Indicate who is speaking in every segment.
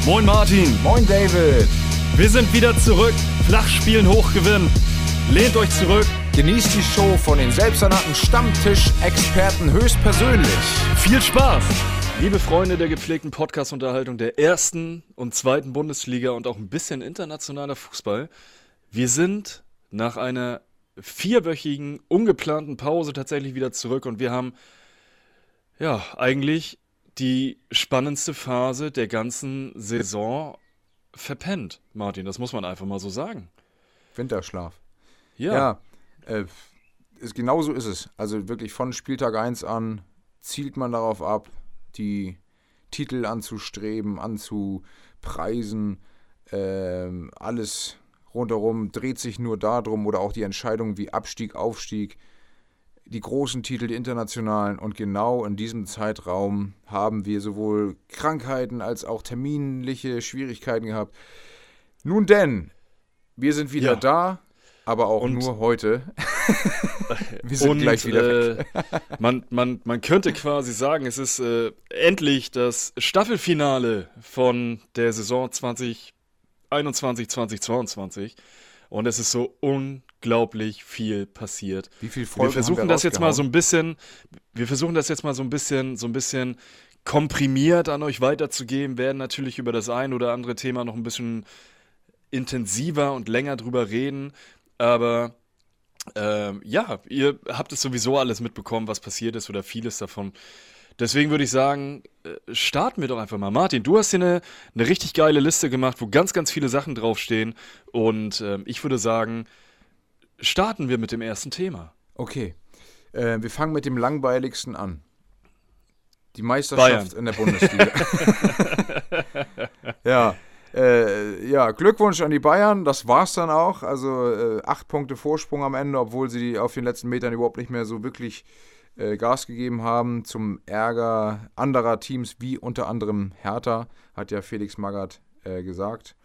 Speaker 1: Moin Martin.
Speaker 2: Moin David.
Speaker 1: Wir sind wieder zurück. Flach spielen, hoch gewinnen. Lehnt euch zurück.
Speaker 2: Genießt die Show von den selbsternannten Stammtisch-Experten höchstpersönlich.
Speaker 1: Viel Spaß. Liebe Freunde der gepflegten Podcast-Unterhaltung der ersten und zweiten Bundesliga und auch ein bisschen internationaler Fußball. Wir sind nach einer 4-wöchigen, ungeplanten Pause tatsächlich wieder zurück und wir haben ja eigentlich die spannendste Phase der ganzen Saison verpennt, Martin. Das muss man einfach mal so sagen.
Speaker 2: Winterschlaf.
Speaker 1: Ja.
Speaker 2: Genauso ist es. Also wirklich von Spieltag 1 an zielt man darauf ab, die Titel anzustreben, anzupreisen. Alles rundherum dreht sich nur darum oder auch die Entscheidungen wie Abstieg, Aufstieg, die großen Titel, die internationalen. Und genau in diesem Zeitraum haben wir sowohl Krankheiten als auch terminliche Schwierigkeiten gehabt. Nun denn, wir sind wieder da, aber auch nur heute. Wir sind gleich wieder weg.
Speaker 1: Man könnte quasi sagen, es ist endlich das Staffelfinale von der Saison 2021, 2022. Und es ist so unglaublich viel passiert.
Speaker 2: Wie viel Folgen
Speaker 1: wir versuchen das jetzt mal so ein bisschen komprimiert an euch weiterzugeben, werden natürlich über das ein oder andere Thema noch ein bisschen intensiver und länger drüber reden. Aber ihr habt es sowieso alles mitbekommen, was passiert ist oder vieles davon. Deswegen würde ich sagen, starten wir doch einfach mal. Martin, du hast hier eine richtig geile Liste gemacht, wo ganz, ganz viele Sachen draufstehen. Und ich würde sagen, starten wir mit dem ersten Thema.
Speaker 2: Okay, wir fangen mit dem langweiligsten an. Die Meisterschaft
Speaker 1: Bayern
Speaker 2: in der Bundesliga. Ja, Glückwunsch an die Bayern, das war's dann auch. Also 8 Punkte Vorsprung am Ende, obwohl sie auf den letzten Metern überhaupt nicht mehr so wirklich Gas gegeben haben, zum Ärger anderer Teams, wie unter anderem Hertha, hat ja Felix Magath gesagt.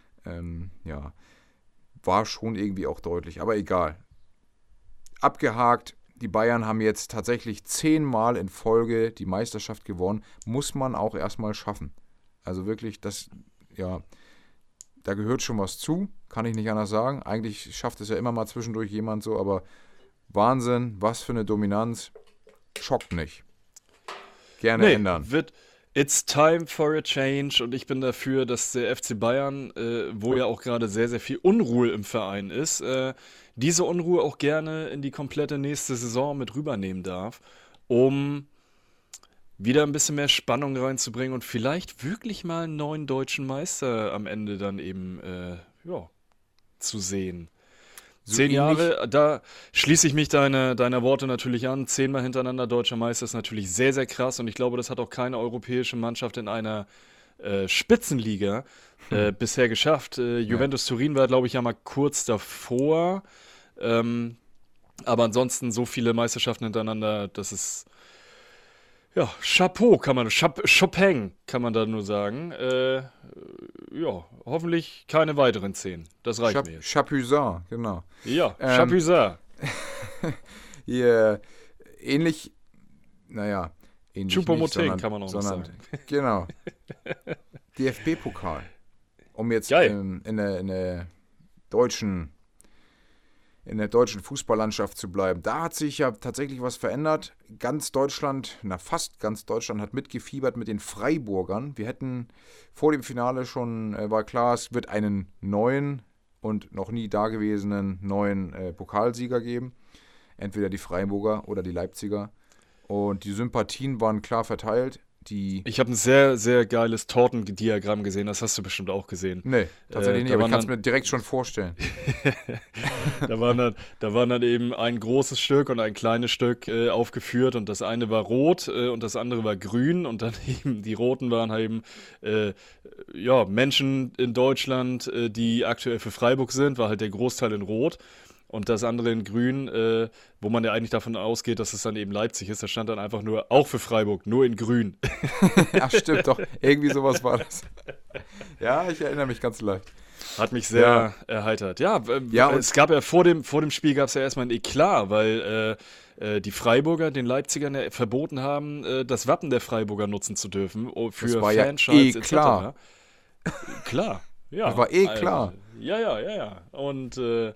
Speaker 2: War schon irgendwie auch deutlich, aber egal. Abgehakt, die Bayern haben jetzt tatsächlich 10 Mal in Folge die Meisterschaft gewonnen, muss man auch erstmal schaffen. Also wirklich, da gehört schon was zu, kann ich nicht anders sagen. Eigentlich schafft es ja immer mal zwischendurch jemand so, aber Wahnsinn, was für eine Dominanz. Schockt nicht. Gerne ändern.
Speaker 1: It's time for a change und ich bin dafür, dass der FC Bayern, wo ja auch gerade sehr, sehr viel Unruhe im Verein ist, diese Unruhe auch gerne in die komplette nächste Saison mit rübernehmen darf, um wieder ein bisschen mehr Spannung reinzubringen und vielleicht wirklich mal einen neuen deutschen Meister am Ende dann eben zu sehen.
Speaker 2: So
Speaker 1: 10
Speaker 2: ähnlich-
Speaker 1: Jahre, da schließe ich mich deiner Worte natürlich an. 10-mal hintereinander deutscher Meister ist natürlich sehr, sehr krass und ich glaube, das hat auch keine europäische Mannschaft in einer Spitzenliga bisher geschafft. Juventus Turin war, glaube ich, ja mal kurz davor. Aber ansonsten so viele Meisterschaften hintereinander, das ist Chapeau Chopin kann man da nur sagen. Hoffentlich keine weiteren 10. Das reicht mir jetzt.
Speaker 2: Chapuisat, genau.
Speaker 1: Ja, Chapuisat.
Speaker 2: Ähnlich nicht,
Speaker 1: Choupo-Moting kann man auch noch sagen.
Speaker 2: Genau. DFB-Pokal. Um jetzt
Speaker 1: Geil.
Speaker 2: in der deutschen Fußballlandschaft zu bleiben. Da hat sich ja tatsächlich was verändert. Fast ganz Deutschland hat mitgefiebert mit den Freiburgern. Wir hätten vor dem Finale schon, war klar, es wird einen neuen und noch nie dagewesenen neuen Pokalsieger geben. Entweder die Freiburger oder die Leipziger. Und die Sympathien waren klar verteilt.
Speaker 1: Ich habe ein sehr, sehr geiles Tortendiagramm gesehen, das hast du bestimmt auch gesehen.
Speaker 2: Nee, tatsächlich nicht, aber ich kann es mir direkt schon vorstellen.
Speaker 1: Da waren dann eben ein großes Stück und ein kleines Stück aufgeführt und das eine war rot und das andere war grün und dann eben die roten waren eben Menschen in Deutschland, die aktuell für Freiburg sind, war halt der Großteil in rot. Und das andere in grün, wo man ja eigentlich davon ausgeht, dass es dann eben Leipzig ist, da stand dann einfach nur, auch für Freiburg, nur in grün.
Speaker 2: Ach stimmt doch, irgendwie sowas war das. Ja, ich erinnere mich ganz leicht.
Speaker 1: Hat mich sehr erheitert. Es gab ja vor dem Spiel gab es ja erstmal ein Eklat, weil die Freiburger den Leipzigern ja verboten haben, das Wappen der Freiburger nutzen zu dürfen für
Speaker 2: das war
Speaker 1: Fanschals
Speaker 2: klar.
Speaker 1: etc. Klar, ja.
Speaker 2: Das war klar.
Speaker 1: Ja. Und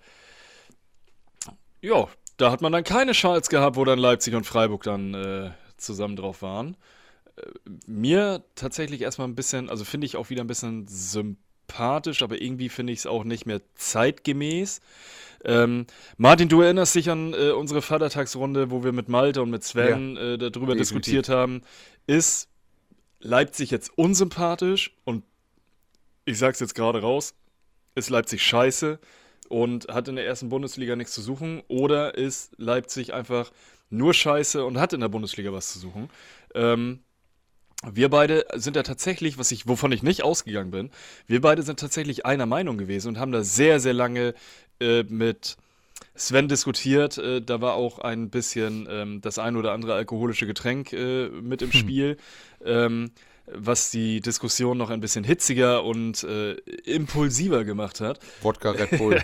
Speaker 1: ja, da hat man dann keine Schals gehabt, wo dann Leipzig und Freiburg dann zusammen drauf waren. Mir tatsächlich erstmal ein bisschen, also finde ich auch wieder ein bisschen sympathisch, aber irgendwie finde ich es auch nicht mehr zeitgemäß. Martin, du erinnerst dich an unsere Vatertagsrunde, wo wir mit Malte und mit Sven darüber
Speaker 2: definitiv.
Speaker 1: diskutiert haben. Ist Leipzig jetzt unsympathisch? Und ich sag's jetzt gerade raus, ist Leipzig scheiße und hat in der ersten Bundesliga nichts zu suchen? Oder ist Leipzig einfach nur scheiße und hat in der Bundesliga was zu suchen? Wir beide sind da tatsächlich, wovon ich nicht ausgegangen bin, wir beide sind tatsächlich einer Meinung gewesen und haben da sehr, sehr lange mit Sven diskutiert. Da war auch ein bisschen das ein oder andere alkoholische Getränk mit im Spiel, was die Diskussion noch ein bisschen hitziger und impulsiver gemacht hat.
Speaker 2: Wodka Red Bull.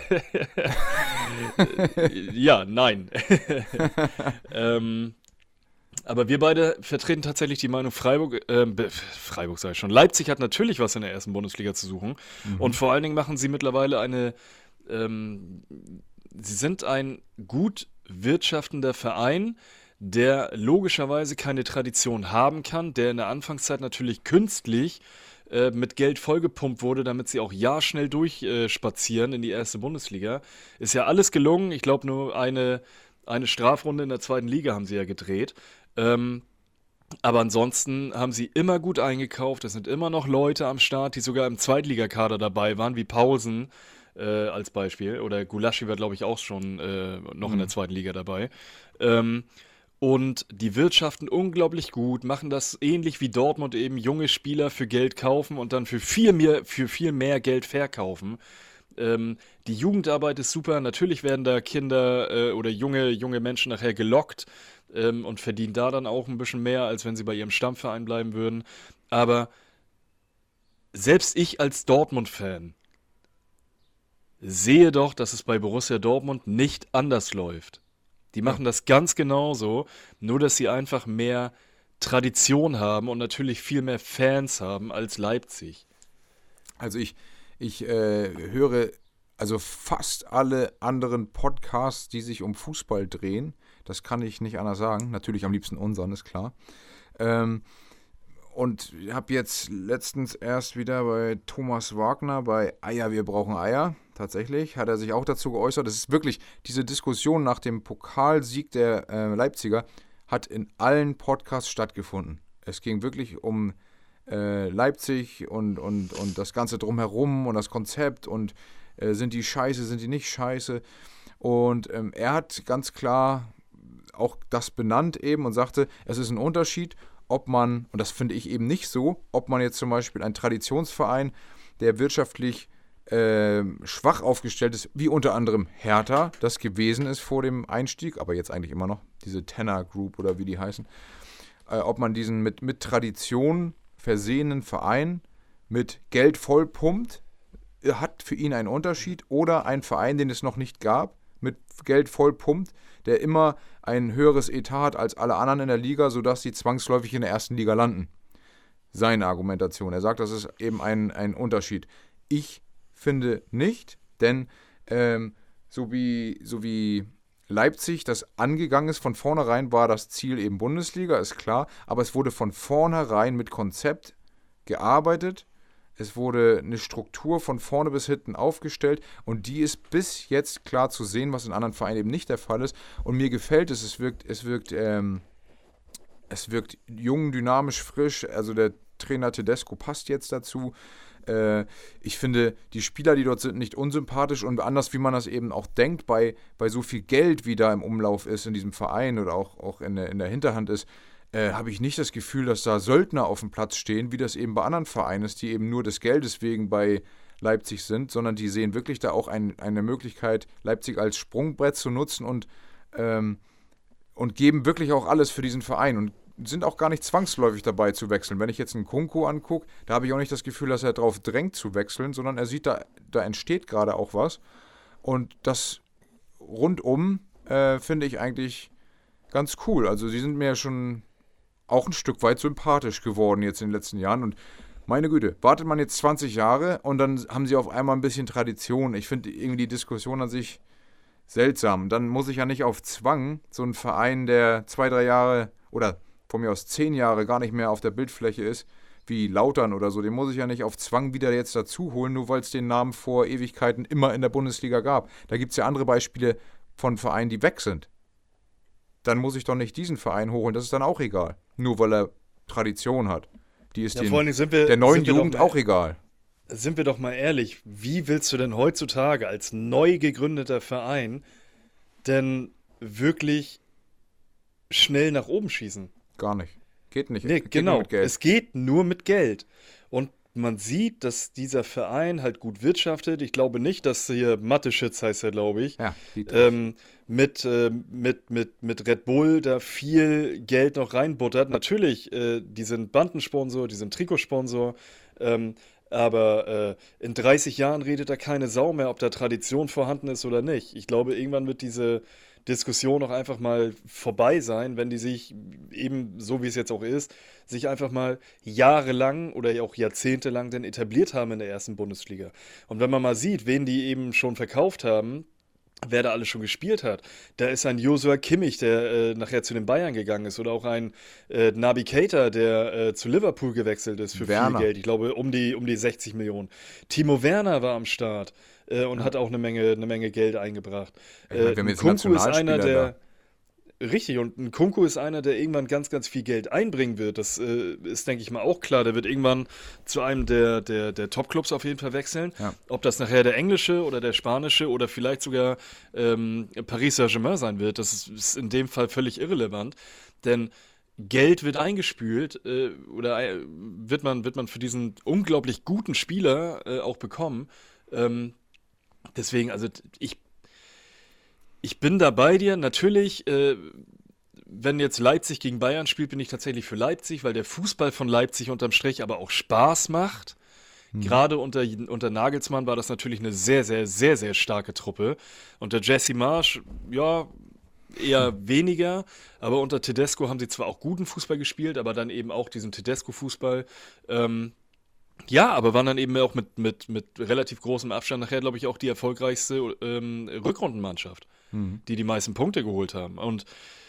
Speaker 1: Ja, nein. Aber wir beide vertreten tatsächlich die Meinung, Freiburg sage ich schon, Leipzig hat natürlich was in der ersten Bundesliga zu suchen. Und vor allen Dingen machen sie mittlerweile sie sind ein gut wirtschaftender Verein, der logischerweise keine Tradition haben kann, der in der Anfangszeit natürlich künstlich mit Geld vollgepumpt wurde, damit sie auch schnell durchspazieren in die erste Bundesliga. Ist ja alles gelungen. Ich glaube, nur eine Strafrunde in der zweiten Liga haben sie ja gedreht. Aber ansonsten haben sie immer gut eingekauft. Es sind immer noch Leute am Start, die sogar im Zweitligakader dabei waren, wie Paulsen als Beispiel. Oder Gulaschi war, glaube ich, auch schon noch in der zweiten Liga dabei. Und die wirtschaften unglaublich gut, machen das ähnlich wie Dortmund eben, junge Spieler für Geld kaufen und dann für viel mehr Geld verkaufen. Die Jugendarbeit ist super. Natürlich werden da Kinder oder junge Menschen nachher gelockt und verdienen da dann auch ein bisschen mehr, als wenn sie bei ihrem Stammverein bleiben würden. Aber selbst ich als Dortmund-Fan sehe doch, dass es bei Borussia Dortmund nicht anders läuft. Die machen das ganz genauso, nur dass sie einfach mehr Tradition haben und natürlich viel mehr Fans haben als Leipzig.
Speaker 2: Also ich höre also fast alle anderen Podcasts, die sich um Fußball drehen. Das kann ich nicht anders sagen. Natürlich am liebsten unseren, ist klar. Und habe jetzt letztens erst wieder bei Thomas Wagner bei Eier, wir brauchen Eier. Tatsächlich hat er sich auch dazu geäußert. Das ist wirklich, diese Diskussion nach dem Pokalsieg der Leipziger hat in allen Podcasts stattgefunden. Es ging wirklich um Leipzig und das Ganze drumherum und das Konzept und sind die scheiße, sind die nicht scheiße. Und er hat ganz klar auch das benannt eben und sagte, es ist ein Unterschied, ob man, und das finde ich eben nicht so, ob man jetzt zum Beispiel einen Traditionsverein, der wirtschaftlich schwach aufgestellt ist, wie unter anderem Hertha das gewesen ist vor dem Einstieg, aber jetzt eigentlich immer noch, diese Tenor Group oder wie die heißen, ob man diesen mit Tradition versehenen Verein mit Geld vollpumpt, hat für ihn einen Unterschied, oder ein Verein, den es noch nicht gab, mit Geld vollpumpt, der immer ein höheres Etat hat als alle anderen in der Liga, sodass sie zwangsläufig in der ersten Liga landen. Seine Argumentation. Er sagt, das ist eben ein Unterschied. Ich finde nicht, denn so wie Leipzig das angegangen ist, von vornherein war das Ziel eben Bundesliga, ist klar, aber es wurde von vornherein mit Konzept gearbeitet, es wurde eine Struktur von vorne bis hinten aufgestellt und die ist bis jetzt klar zu sehen, was in anderen Vereinen eben nicht der Fall ist, und mir gefällt es, es wirkt jung, dynamisch, frisch, also der Trainer Tedesco passt jetzt dazu. Ich finde, die Spieler, die dort sind, nicht unsympathisch, und anders, wie man das eben auch denkt, bei so viel Geld, wie da im Umlauf ist in diesem Verein oder auch in der Hinterhand ist, habe ich nicht das Gefühl, dass da Söldner auf dem Platz stehen, wie das eben bei anderen Vereinen ist, die eben nur des Geldes wegen bei Leipzig sind, sondern die sehen wirklich da auch eine Möglichkeit, Leipzig als Sprungbrett zu nutzen und geben wirklich auch alles für diesen Verein und sind auch gar nicht zwangsläufig dabei zu wechseln. Wenn ich jetzt einen Kunku angucke, da habe ich auch nicht das Gefühl, dass er darauf drängt zu wechseln, sondern er sieht, da entsteht gerade auch was. Und das rundum finde ich eigentlich ganz cool. Also sie sind mir schon auch ein Stück weit sympathisch geworden jetzt in den letzten Jahren. Und Meine Güte, wartet man jetzt 20 Jahre und dann haben sie auf einmal ein bisschen Tradition. Ich finde irgendwie die Diskussion an sich seltsam. Dann muss ich ja nicht auf Zwang so einen Verein, der 2, 3 Jahre oder von mir aus 10 Jahre gar nicht mehr auf der Bildfläche ist, wie Lautern oder so, den muss ich ja nicht auf Zwang wieder jetzt dazu holen, nur weil es den Namen vor Ewigkeiten immer in der Bundesliga gab. Da gibt es ja andere Beispiele von Vereinen, die weg sind. Dann muss ich doch nicht diesen Verein holen, das ist dann auch egal. Nur weil er Tradition hat. Die ist
Speaker 1: vor allen Dingen
Speaker 2: der neuen Jugend auch egal.
Speaker 1: Sind wir doch mal ehrlich, wie willst du denn heutzutage als neu gegründeter Verein denn wirklich schnell nach oben schießen?
Speaker 2: Gar nicht. Geht nicht.
Speaker 1: Nee,
Speaker 2: Geht nur
Speaker 1: genau.
Speaker 2: mit Geld.
Speaker 1: Es geht nur mit Geld. Und man sieht, dass dieser Verein halt gut wirtschaftet. Ich glaube nicht, dass hier Mateschitz heißt er, glaube ich,
Speaker 2: Ja,
Speaker 1: mit Red Bull da viel Geld noch reinbuttert. Natürlich, die sind Bandensponsor, die sind Trikotsponsor, aber in 30 Jahren redet da keine Sau mehr, ob da Tradition vorhanden ist oder nicht. Ich glaube, irgendwann wird diese Diskussion auch einfach mal vorbei sein, wenn die sich eben, so wie es jetzt auch ist, sich einfach mal jahrelang oder auch jahrzehntelang dann etabliert haben in der ersten Bundesliga. Und wenn man mal sieht, wen die eben schon verkauft haben, wer da alles schon gespielt hat. Da ist ein Joshua Kimmich, der nachher zu den Bayern gegangen ist. Oder auch ein Naby Keita, der zu Liverpool gewechselt ist für
Speaker 2: Werner.
Speaker 1: viel Geld. Ich glaube, um die 60 Millionen. Timo Werner war am Start und hat auch eine Menge Geld eingebracht.
Speaker 2: Ich meine, wir haben jetzt
Speaker 1: Nkunku ist einer,
Speaker 2: Nationalspieler
Speaker 1: der... Richtig, und ein Kunku ist einer, der irgendwann ganz, ganz viel Geld einbringen wird. Das ist, denke ich mal, auch klar. Der wird irgendwann zu einem der Top-Clubs auf jeden Fall wechseln.
Speaker 2: Ja.
Speaker 1: Ob das nachher der englische oder der spanische oder vielleicht sogar Paris Saint-Germain sein wird, das ist in dem Fall völlig irrelevant. Denn Geld wird eingespült wird man für diesen unglaublich guten Spieler auch bekommen. Deswegen, also ich bin da bei dir. Natürlich, wenn jetzt Leipzig gegen Bayern spielt, bin ich tatsächlich für Leipzig, weil der Fußball von Leipzig unterm Strich aber auch Spaß macht. Gerade unter Nagelsmann war das natürlich eine sehr, sehr, sehr, sehr starke Truppe. Unter Jesse Marsch, ja, eher weniger. Aber unter Tedesco haben sie zwar auch guten Fußball gespielt, aber dann eben auch diesen Tedesco-Fußball. Ja, aber waren dann eben auch mit relativ großem Abstand nachher, glaube ich, auch die erfolgreichste Rückrundenmannschaft, die meisten Punkte geholt haben. Und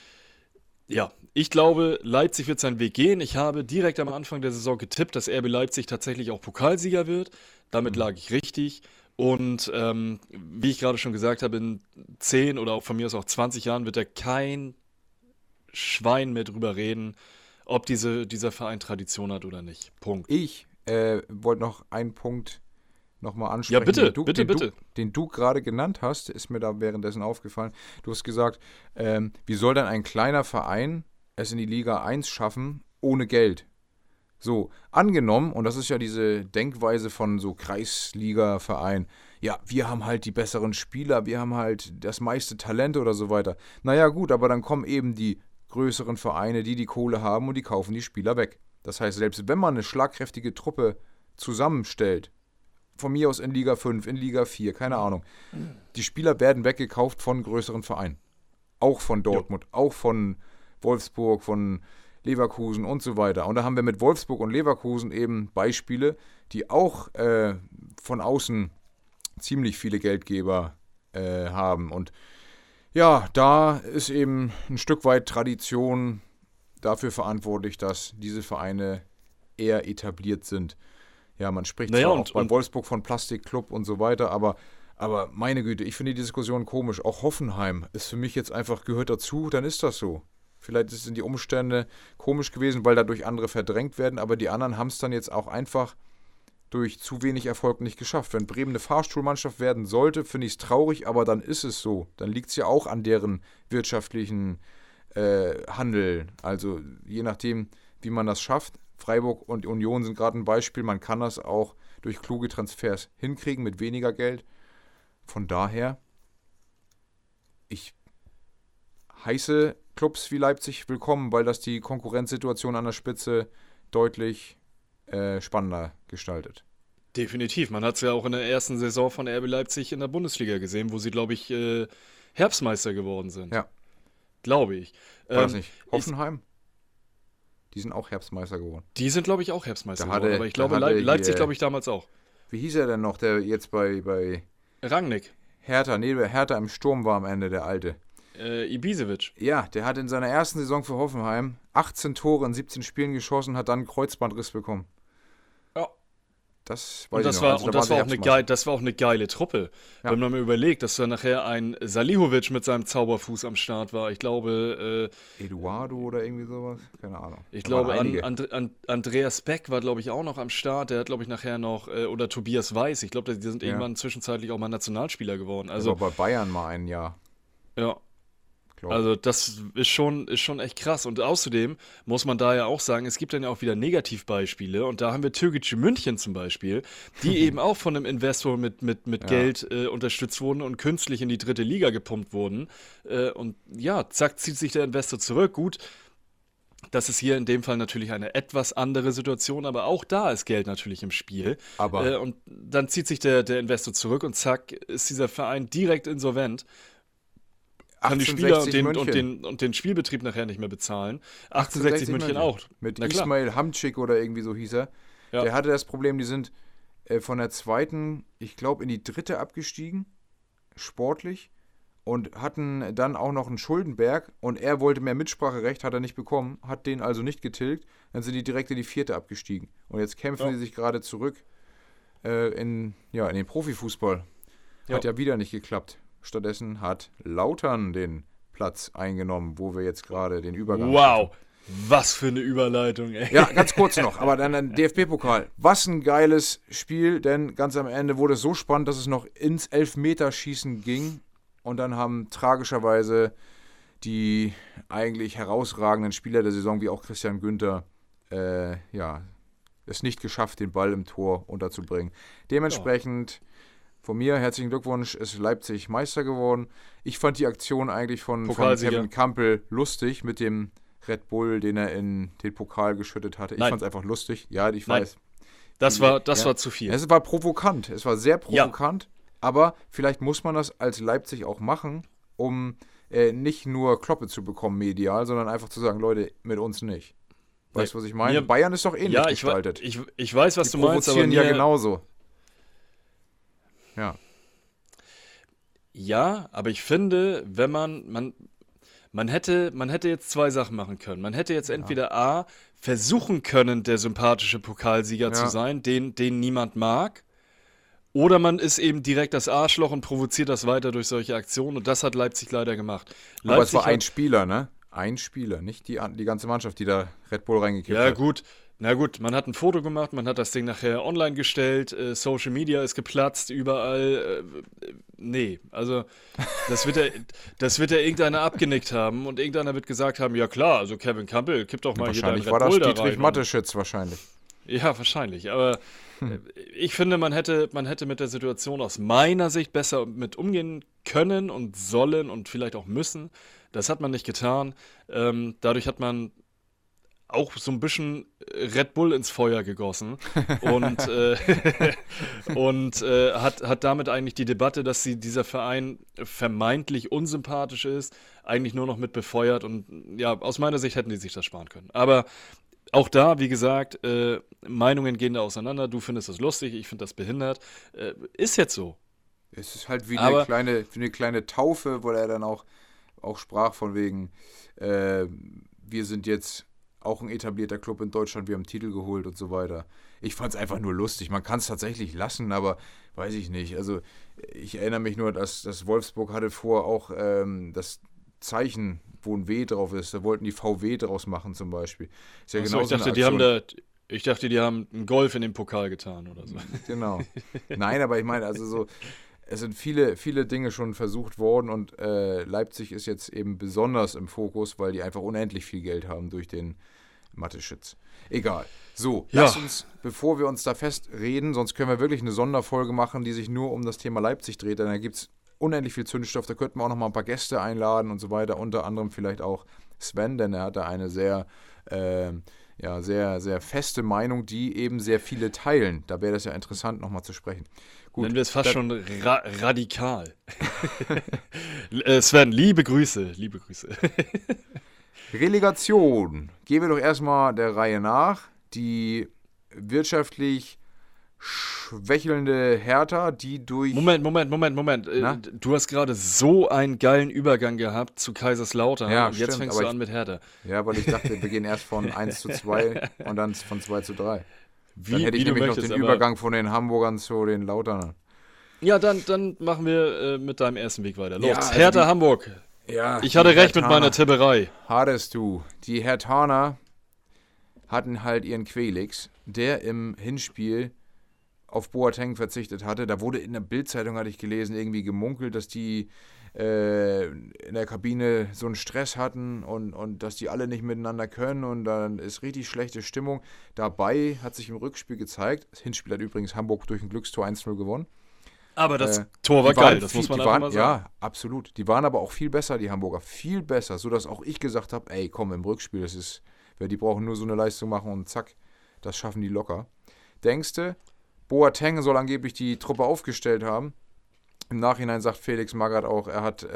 Speaker 1: ja, ich glaube, Leipzig wird seinen Weg gehen. Ich habe direkt am Anfang der Saison getippt, dass RB Leipzig tatsächlich auch Pokalsieger wird. Damit lag ich richtig. Und wie ich gerade schon gesagt habe, in 10 oder auch von mir aus auch 20 Jahren wird da kein Schwein mehr drüber reden, ob dieser Verein Tradition hat oder nicht. Punkt.
Speaker 2: Ich wollte noch einen Punkt nochmal ansprechen.
Speaker 1: Ja, bitte, bitte.
Speaker 2: Den du gerade genannt hast, ist mir da währenddessen aufgefallen. Du hast gesagt, wie soll denn ein kleiner Verein es in die Liga 1 schaffen, ohne Geld? So, angenommen, und das ist ja diese Denkweise von so Kreisliga-Verein, ja, wir haben halt die besseren Spieler, wir haben halt das meiste Talent oder so weiter. Naja, gut, aber dann kommen eben die größeren Vereine, die Kohle haben und die kaufen die Spieler weg. Das heißt, selbst wenn man eine schlagkräftige Truppe zusammenstellt, von mir aus in Liga 5, in Liga 4, keine Ahnung, die Spieler werden weggekauft von größeren Vereinen. Auch von Dortmund, auch von Wolfsburg, von Leverkusen und so weiter. Und da haben wir mit Wolfsburg und Leverkusen eben Beispiele, die auch von außen ziemlich viele Geldgeber haben. Und ja, da ist eben ein Stück weit Tradition dafür verantwortlich, dass diese Vereine eher etabliert sind. Ja, man spricht zwar auch bei Wolfsburg von Plastikclub und so weiter, aber meine Güte, ich finde die Diskussion komisch. Auch Hoffenheim ist für mich jetzt einfach, gehört dazu, dann ist das so. Vielleicht sind die Umstände komisch gewesen, weil dadurch andere verdrängt werden, aber die anderen haben es dann jetzt auch einfach durch zu wenig Erfolg nicht geschafft. Wenn Bremen eine Fahrstuhlmannschaft werden sollte, finde ich es traurig, aber dann ist es so. Dann liegt es ja auch an deren wirtschaftlichen Handel. Also je nachdem, wie man das schafft. Freiburg und Union sind gerade ein Beispiel. Man kann das auch durch kluge Transfers hinkriegen mit weniger Geld. Von daher, ich heiße Clubs wie Leipzig willkommen, weil das die Konkurrenzsituation an der Spitze deutlich spannender gestaltet.
Speaker 1: Definitiv. Man hat es ja auch in der ersten Saison von RB Leipzig in der Bundesliga gesehen, wo sie, glaube ich, Herbstmeister geworden sind.
Speaker 2: Ja.
Speaker 1: Glaube ich.
Speaker 2: War das nicht Hoffenheim? Die sind auch Herbstmeister geworden.
Speaker 1: Die sind, glaube ich, auch Herbstmeister
Speaker 2: Da
Speaker 1: geworden.
Speaker 2: hatte-
Speaker 1: Aber ich
Speaker 2: da
Speaker 1: glaube,
Speaker 2: hatte
Speaker 1: Leipzig,
Speaker 2: hier-
Speaker 1: glaube ich, damals auch.
Speaker 2: Wie hieß er denn noch, der jetzt bei
Speaker 1: Rangnick,
Speaker 2: Hertha, bei Hertha im Sturm war am Ende, der Alte?
Speaker 1: Ibisevic.
Speaker 2: Ja, der hat in seiner ersten Saison für Hoffenheim 18 Tore in 17 Spielen geschossen, hat dann einen Kreuzbandriss bekommen.
Speaker 1: Ja.
Speaker 2: Das weiß
Speaker 1: Und
Speaker 2: ich
Speaker 1: das
Speaker 2: noch.
Speaker 1: war,
Speaker 2: Also, da
Speaker 1: und das
Speaker 2: waren
Speaker 1: war,
Speaker 2: sie
Speaker 1: auch eine
Speaker 2: Herbstmeister.
Speaker 1: das war auch eine geile Truppe.
Speaker 2: Ja.
Speaker 1: Wenn man mal überlegt, dass da nachher ein Salihovic mit seinem Zauberfuß am Start war. Ich glaube,
Speaker 2: Eduardo oder irgendwie sowas? Keine Ahnung.
Speaker 1: Ich
Speaker 2: Da waren
Speaker 1: glaube,
Speaker 2: einige.
Speaker 1: Andreas Beck war, glaube ich, auch noch am Start. Der hat, glaube ich, nachher noch, oder Tobias Weiß. Ich glaube, die sind
Speaker 2: Ja.
Speaker 1: irgendwann zwischenzeitlich auch mal Nationalspieler geworden.
Speaker 2: Also
Speaker 1: Also,
Speaker 2: bei Bayern mal ein Jahr.
Speaker 1: ja,
Speaker 2: Glaub.
Speaker 1: also das ist schon echt krass. Und außerdem muss man da ja auch sagen, es gibt dann ja auch wieder Negativbeispiele. Und da haben wir Türkgücü München zum Beispiel, die eben auch von einem Investor mit
Speaker 2: Ja.
Speaker 1: Geld unterstützt wurden und künstlich in die dritte Liga gepumpt wurden. Und ja, zack, zieht sich der Investor zurück. Gut, das ist hier in dem Fall natürlich eine etwas andere Situation, aber auch da ist Geld natürlich im Spiel.
Speaker 2: Aber
Speaker 1: Und dann zieht sich der Investor zurück und zack, ist dieser Verein direkt insolvent, kann die Spieler
Speaker 2: 1860 München.
Speaker 1: und den Spielbetrieb nachher nicht mehr bezahlen. 1860 München auch.
Speaker 2: Mit
Speaker 1: Na klar.
Speaker 2: Ismail Hamcik oder irgendwie so hieß er.
Speaker 1: Ja.
Speaker 2: Der hatte das Problem, die sind von der zweiten, ich glaube, in die dritte abgestiegen, sportlich, und hatten dann auch noch einen Schuldenberg und er wollte mehr Mitspracherecht, hat er nicht bekommen, hat den also nicht getilgt, dann sind die direkt in die vierte abgestiegen. Und jetzt kämpfen
Speaker 1: Ja.
Speaker 2: sie sich gerade zurück in den Profifußball. Hat ja wieder nicht geklappt. Stattdessen hat Lautern den Platz eingenommen, wo wir jetzt gerade den Übergang
Speaker 1: Wow, was für eine Überleitung, ey.
Speaker 2: ja, ganz kurz noch, aber dann DFB-Pokal. Was ein geiles Spiel, denn ganz am Ende wurde es so spannend, dass es noch ins Elfmeterschießen ging. Und dann haben tragischerweise die eigentlich herausragenden Spieler der Saison, wie auch Christian Günther, es nicht geschafft, den Ball im Tor unterzubringen. Dementsprechend von mir herzlichen Glückwunsch, ist Leipzig Meister geworden. Ich fand die Aktion eigentlich von
Speaker 1: Pokalsieger.
Speaker 2: Kevin Campbell lustig mit dem Red Bull, den er in den Pokal geschüttet hatte. Ich
Speaker 1: Nein.
Speaker 2: fand es einfach lustig. Ja, ich
Speaker 1: Nein.
Speaker 2: weiß.
Speaker 1: Das
Speaker 2: Ja.
Speaker 1: war zu viel.
Speaker 2: Es war provokant. Es war sehr provokant. Aber vielleicht muss man das als Leipzig auch machen, um nicht nur Kloppe zu bekommen medial, sondern einfach zu sagen, Leute, mit uns nicht. Weißt du, was ich meine?
Speaker 1: Mir-
Speaker 2: Bayern ist doch ähnlich
Speaker 1: Ja, ich
Speaker 2: gestaltet.
Speaker 1: weiß, was
Speaker 2: Die
Speaker 1: du meinst, aber
Speaker 2: provozieren ja
Speaker 1: mir,
Speaker 2: genauso. Ja.
Speaker 1: ja, aber ich finde, wenn man hätte jetzt zwei Sachen machen können. Man hätte jetzt entweder A, versuchen können, der sympathische Pokalsieger zu
Speaker 2: Ja.
Speaker 1: sein, den niemand mag, oder man ist eben direkt das Arschloch und provoziert das weiter durch solche Aktionen, und das hat Leipzig leider gemacht.
Speaker 2: Aber es war
Speaker 1: hat-
Speaker 2: ein Spieler, ne? Ein Spieler, nicht die ganze Mannschaft, die da Red Bull reingekippt
Speaker 1: Ja,
Speaker 2: hat.
Speaker 1: gut. Na gut, man hat ein Foto gemacht, man hat das Ding nachher online gestellt, Social Media ist geplatzt, überall. Nee, also das wird ja irgendeiner abgenickt haben und irgendeiner wird gesagt haben, ja klar, also Kevin Campbell, kipp doch mal hier deinen
Speaker 2: Wahrscheinlich
Speaker 1: Red
Speaker 2: war das
Speaker 1: Bull da
Speaker 2: Dietrich
Speaker 1: rein.
Speaker 2: Mateschitz wahrscheinlich.
Speaker 1: Ja, wahrscheinlich. Aber ich finde, man hätte mit der Situation aus meiner Sicht besser mit umgehen können und sollen und vielleicht auch müssen. Das hat man nicht getan. Dadurch hat man auch so ein bisschen Red Bull ins Feuer gegossen und hat damit eigentlich die Debatte, dass dieser Verein vermeintlich unsympathisch ist, eigentlich nur noch mit befeuert. Und ja, aus meiner Sicht hätten die sich das sparen können. Aber auch da, wie gesagt, Meinungen gehen da auseinander. Du findest das lustig, ich finde das behindert. Ist jetzt so.
Speaker 2: Es ist halt wie
Speaker 1: Aber-
Speaker 2: eine kleine Taufe, wo er dann auch sprach von wegen, wir sind jetzt auch ein etablierter Club in Deutschland, wir haben Titel geholt und so weiter. Ich fand es einfach nur lustig. Man kann es tatsächlich lassen, aber weiß ich nicht. Also ich erinnere mich nur, dass Wolfsburg hatte vor auch das Zeichen, wo ein W drauf ist. Da wollten die VW draus machen zum Beispiel. Ist ja
Speaker 1: Achso,
Speaker 2: genauso eine
Speaker 1: ich dachte, die haben einen Golf in den Pokal getan oder so.
Speaker 2: Genau. Nein, aber ich meine, also so, es sind viele, viele Dinge schon versucht worden und Leipzig ist jetzt eben besonders im Fokus, weil die einfach unendlich viel Geld haben durch den Mateschitz. Egal. So,
Speaker 1: Ja.
Speaker 2: lass uns, bevor wir uns da festreden, sonst können wir wirklich eine Sonderfolge machen, die sich nur um das Thema Leipzig dreht, denn da gibt es unendlich viel Zündstoff, da könnten wir auch noch mal ein paar Gäste einladen und so weiter, unter anderem vielleicht auch Sven, denn er hat da eine sehr sehr, sehr feste Meinung, die eben sehr viele teilen. Da wäre das ja interessant, nochmal zu sprechen. Gut,
Speaker 1: Nennen wir es fast schon radikal. Sven, liebe Grüße, liebe Grüße.
Speaker 2: Relegation. Gehen wir doch erstmal der Reihe nach. Die wirtschaftlich schwächelnde Hertha, die durch...
Speaker 1: Moment. Du hast gerade so einen geilen Übergang gehabt zu Kaiserslautern.
Speaker 2: Ja,
Speaker 1: und jetzt
Speaker 2: stimmt,
Speaker 1: fängst
Speaker 2: aber
Speaker 1: du an mit Hertha.
Speaker 2: Ja, weil ich dachte, wir gehen erst von 1:2 und dann von 2:3. Dann hätte ich
Speaker 1: wie du
Speaker 2: nämlich
Speaker 1: möchtest,
Speaker 2: noch den Übergang von den Hamburgern zu den Lauternern.
Speaker 1: Ja, dann machen wir mit deinem ersten Weg weiter. Los,
Speaker 2: Ja, also
Speaker 1: Hertha Hamburg.
Speaker 2: Ja,
Speaker 1: Ich hatte recht mit meiner Tipperei.
Speaker 2: Hattest du. Die Herthaner hatten halt ihren Quelix, der im Hinspiel auf Boateng verzichtet hatte. Da wurde in der Bild-Zeitung, hatte ich gelesen, irgendwie gemunkelt, dass die in der Kabine so einen Stress hatten und dass die alle nicht miteinander können und dann ist richtig schlechte Stimmung. Dabei hat sich im Rückspiel gezeigt, das Hinspiel hat übrigens Hamburg durch ein Glückstor 1:0 gewonnen.
Speaker 1: Aber das Tor war geil, das muss man einfach mal sagen.
Speaker 2: Ja, absolut. Die waren aber auch viel besser, die Hamburger. Viel besser, sodass auch ich gesagt habe, ey, komm, im Rückspiel, die brauchen nur so eine Leistung machen und zack, das schaffen die locker. Denkste, Boateng soll angeblich die Truppe aufgestellt haben. Im Nachhinein sagt Felix Magath auch, er hat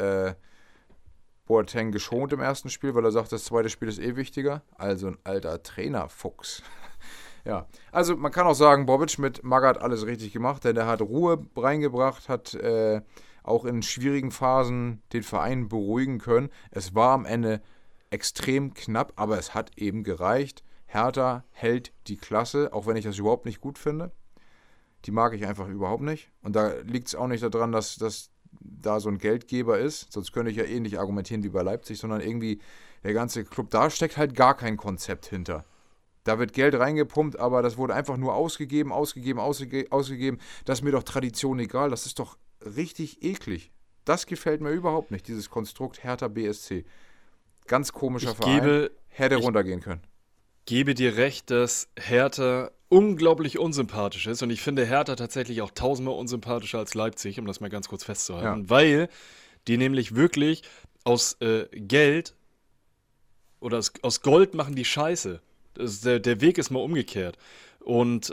Speaker 2: Boateng geschont im ersten Spiel, weil er sagt, das zweite Spiel ist wichtiger. Also ein alter Trainerfuchs. Ja, also man kann auch sagen, Bobic mit Magath alles richtig gemacht, denn er hat Ruhe reingebracht, hat auch in schwierigen Phasen den Verein beruhigen können. Es war am Ende extrem knapp, aber es hat eben gereicht. Hertha hält die Klasse, auch wenn ich das überhaupt nicht gut finde. Die mag ich einfach überhaupt nicht. Und da liegt es auch nicht daran, dass da so ein Geldgeber ist. Sonst könnte ich ja ähnlich argumentieren wie bei Leipzig, sondern irgendwie der ganze Club, da steckt halt gar kein Konzept hinter. Da wird Geld reingepumpt, aber das wurde einfach nur ausgegeben. Das ist mir doch Tradition egal. Das ist doch richtig eklig. Das gefällt mir überhaupt nicht, dieses Konstrukt Hertha BSC. Ganz komischer Verein. Hätte runtergehen können.
Speaker 1: Gebe dir recht, dass Hertha unglaublich unsympathisch ist. Und ich finde Hertha tatsächlich auch tausendmal unsympathischer als Leipzig, um das mal ganz kurz festzuhalten. Ja. Weil die nämlich wirklich aus Geld oder aus Gold machen die Scheiße. Der Weg ist mal umgekehrt. Und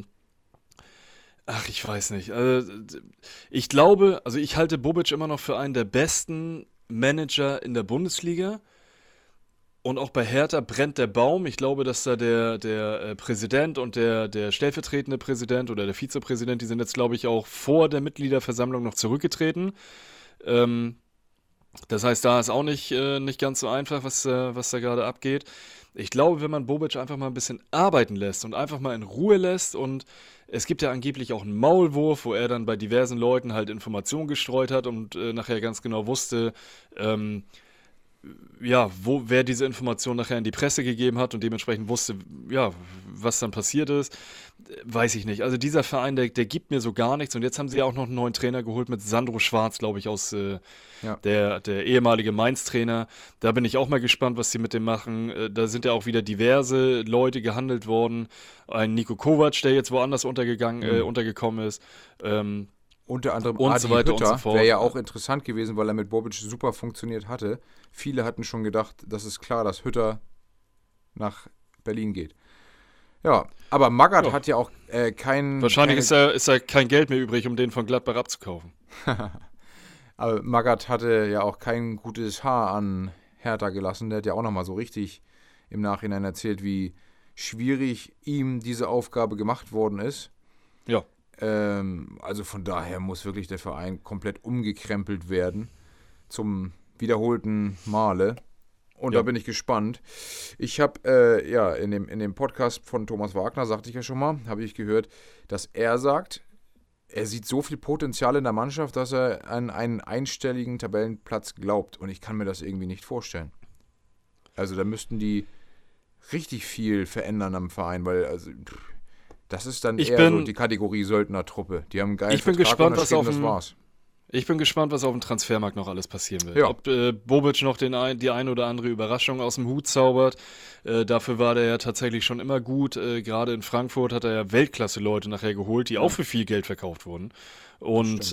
Speaker 1: ich weiß nicht. Ich glaube, ich halte Bobic immer noch für einen der besten Manager in der Bundesliga. Und auch bei Hertha brennt der Baum. Ich glaube, dass da der Präsident und der stellvertretende Präsident oder der Vizepräsident, die sind jetzt, glaube ich, auch vor der Mitgliederversammlung noch zurückgetreten. Das heißt, da ist auch nicht ganz so einfach, was da gerade abgeht. Ich glaube, wenn man Bobic einfach mal ein bisschen arbeiten lässt und einfach mal in Ruhe lässt und es gibt ja angeblich auch einen Maulwurf, wo er dann bei diversen Leuten halt Informationen gestreut hat und nachher ganz genau wusste, wer diese Information nachher in die Presse gegeben hat und dementsprechend wusste, was dann passiert ist, weiß ich nicht. Also dieser Verein, der gibt mir so gar nichts und jetzt haben sie ja auch noch einen neuen Trainer geholt mit Sandro Schwarz, glaube ich, aus der ehemalige Mainz-Trainer. Da bin ich auch mal gespannt, was sie mit dem machen. Da sind ja auch wieder diverse Leute gehandelt worden. Ein Niko Kovac, der jetzt woanders untergekommen ist.
Speaker 2: Unter anderem
Speaker 1: und
Speaker 2: Adi
Speaker 1: so weiter
Speaker 2: Hütter,
Speaker 1: und so fort.
Speaker 2: wäre ja auch interessant gewesen, weil er mit Bobic super funktioniert hatte. Viele hatten schon gedacht, das ist klar, dass Hütter nach Berlin geht. Ja, aber Magath hat ja auch kein...
Speaker 1: Wahrscheinlich ist ja kein Geld mehr übrig, um den von Gladbach abzukaufen.
Speaker 2: Aber Magath hatte ja auch kein gutes Haar an Hertha gelassen. Der hat ja auch nochmal so richtig im Nachhinein erzählt, wie schwierig ihm diese Aufgabe gemacht worden ist.
Speaker 1: Ja.
Speaker 2: Also von daher muss wirklich der Verein komplett umgekrempelt werden zum wiederholten Male. Und da bin ich gespannt. Ich habe in dem Podcast von Thomas Wagner, sagte ich ja schon mal, habe ich gehört, dass er sagt, er sieht so viel Potenzial in der Mannschaft, dass er an einen einstelligen Tabellenplatz glaubt. Und ich kann mir das irgendwie nicht vorstellen. Also da müssten die richtig viel verändern am Verein, weil das ist dann eher so die Kategorie Söldnertruppe. Die haben einen geilen Vertrag unterschrieben, das war's.
Speaker 1: Ich bin gespannt, was auf dem Transfermarkt noch alles passieren wird.
Speaker 2: Ja.
Speaker 1: Ob Bobic noch die ein oder andere Überraschung aus dem Hut zaubert. Dafür war der ja tatsächlich schon immer gut. Gerade in Frankfurt hat er ja Weltklasse-Leute nachher geholt, die auch für viel Geld verkauft wurden. Und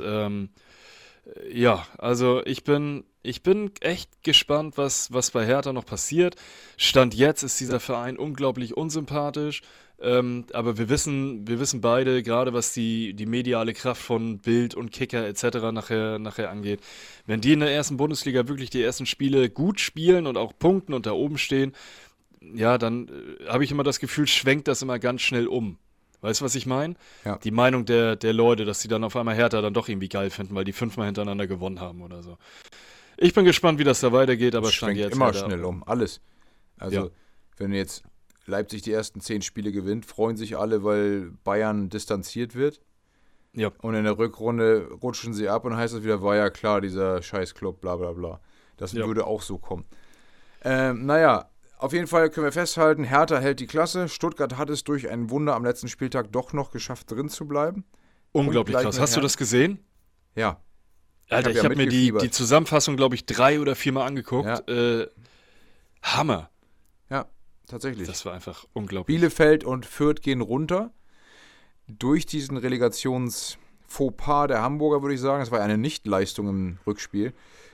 Speaker 1: also ich bin echt gespannt, was bei Hertha noch passiert. Stand jetzt ist dieser Verein unglaublich unsympathisch. Aber wir wissen beide, gerade was die mediale Kraft von Bild und Kicker etc. nachher angeht, wenn die in der ersten Bundesliga wirklich die ersten Spiele gut spielen und auch punkten und da oben stehen, ja, dann habe ich immer das Gefühl, schwenkt das immer ganz schnell um. Weißt du, was ich meine?
Speaker 2: Ja.
Speaker 1: Die Meinung der Leute, dass sie dann auf einmal Hertha dann doch irgendwie geil finden, weil die 5-mal hintereinander gewonnen haben oder so. Ich bin gespannt, wie das da weitergeht, aber
Speaker 2: Das
Speaker 1: Stand
Speaker 2: schwenkt
Speaker 1: jetzt
Speaker 2: immer
Speaker 1: Hertha.
Speaker 2: schnell um, alles. Also,
Speaker 1: Ja.
Speaker 2: wenn jetzt Leipzig die ersten 10 Spiele gewinnt, freuen sich alle, weil Bayern distanziert wird.
Speaker 1: Ja.
Speaker 2: Und in der Rückrunde rutschen sie ab und heißt es wieder, war ja klar, dieser Scheißclub, bla bla bla. Das
Speaker 1: Ja.
Speaker 2: würde auch so kommen. Naja, auf jeden Fall können wir festhalten, Hertha hält die Klasse. Stuttgart hat es durch ein Wunder am letzten Spieltag doch noch geschafft, drin zu bleiben.
Speaker 1: Unglaublich
Speaker 2: Punktgleich
Speaker 1: krass.
Speaker 2: mit
Speaker 1: Hast du
Speaker 2: Hertha.
Speaker 1: das gesehen?
Speaker 2: Ja.
Speaker 1: Alter,
Speaker 2: hab
Speaker 1: ich
Speaker 2: ja
Speaker 1: habe mir
Speaker 2: mitgefiebert.
Speaker 1: die Zusammenfassung, glaube ich, 3 oder 4 Mal angeguckt. Hammer.
Speaker 2: Ja, tatsächlich.
Speaker 1: Das war einfach unglaublich.
Speaker 2: Bielefeld und Fürth gehen runter. Durch diesen Relegations-Fauxpas der Hamburger, würde ich sagen, das war eine Nichtleistung im Rückspiel,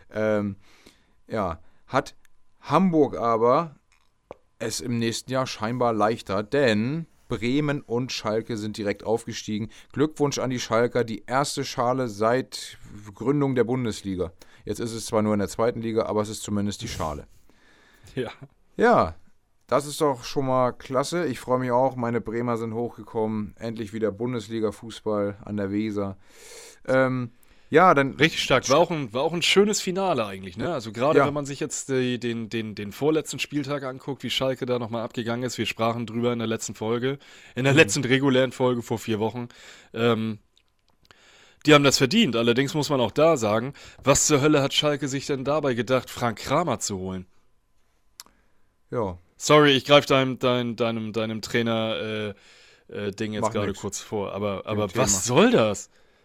Speaker 2: hat Hamburg aber es im nächsten Jahr scheinbar leichter, denn Bremen und Schalke sind direkt aufgestiegen. Glückwunsch an die Schalker, die erste Schale seit Gründung der Bundesliga. Jetzt ist es zwar nur in der zweiten Liga, aber es ist zumindest die Schale.
Speaker 1: Ja.
Speaker 2: Ja, das ist doch schon mal klasse. Ich freue mich auch, meine Bremer sind hochgekommen. Endlich wieder Bundesliga-Fußball an der Weser. Dann
Speaker 1: Richtig stark. War auch ein schönes Finale eigentlich, ne? Also gerade
Speaker 2: Ja.
Speaker 1: wenn man sich jetzt den vorletzten Spieltag anguckt, wie Schalke da nochmal abgegangen ist. Wir sprachen drüber in der letzten Folge, in der letzten regulären Folge vor 4 Wochen. Die haben das verdient. Allerdings muss man auch da sagen, was zur Hölle hat Schalke sich denn dabei gedacht, Frank Kramer zu holen?
Speaker 2: ja,
Speaker 1: Sorry, ich greife deinem Trainer Ding jetzt
Speaker 2: Macht
Speaker 1: gerade
Speaker 2: nix.
Speaker 1: kurz vor. Aber
Speaker 2: Thema.
Speaker 1: was soll das?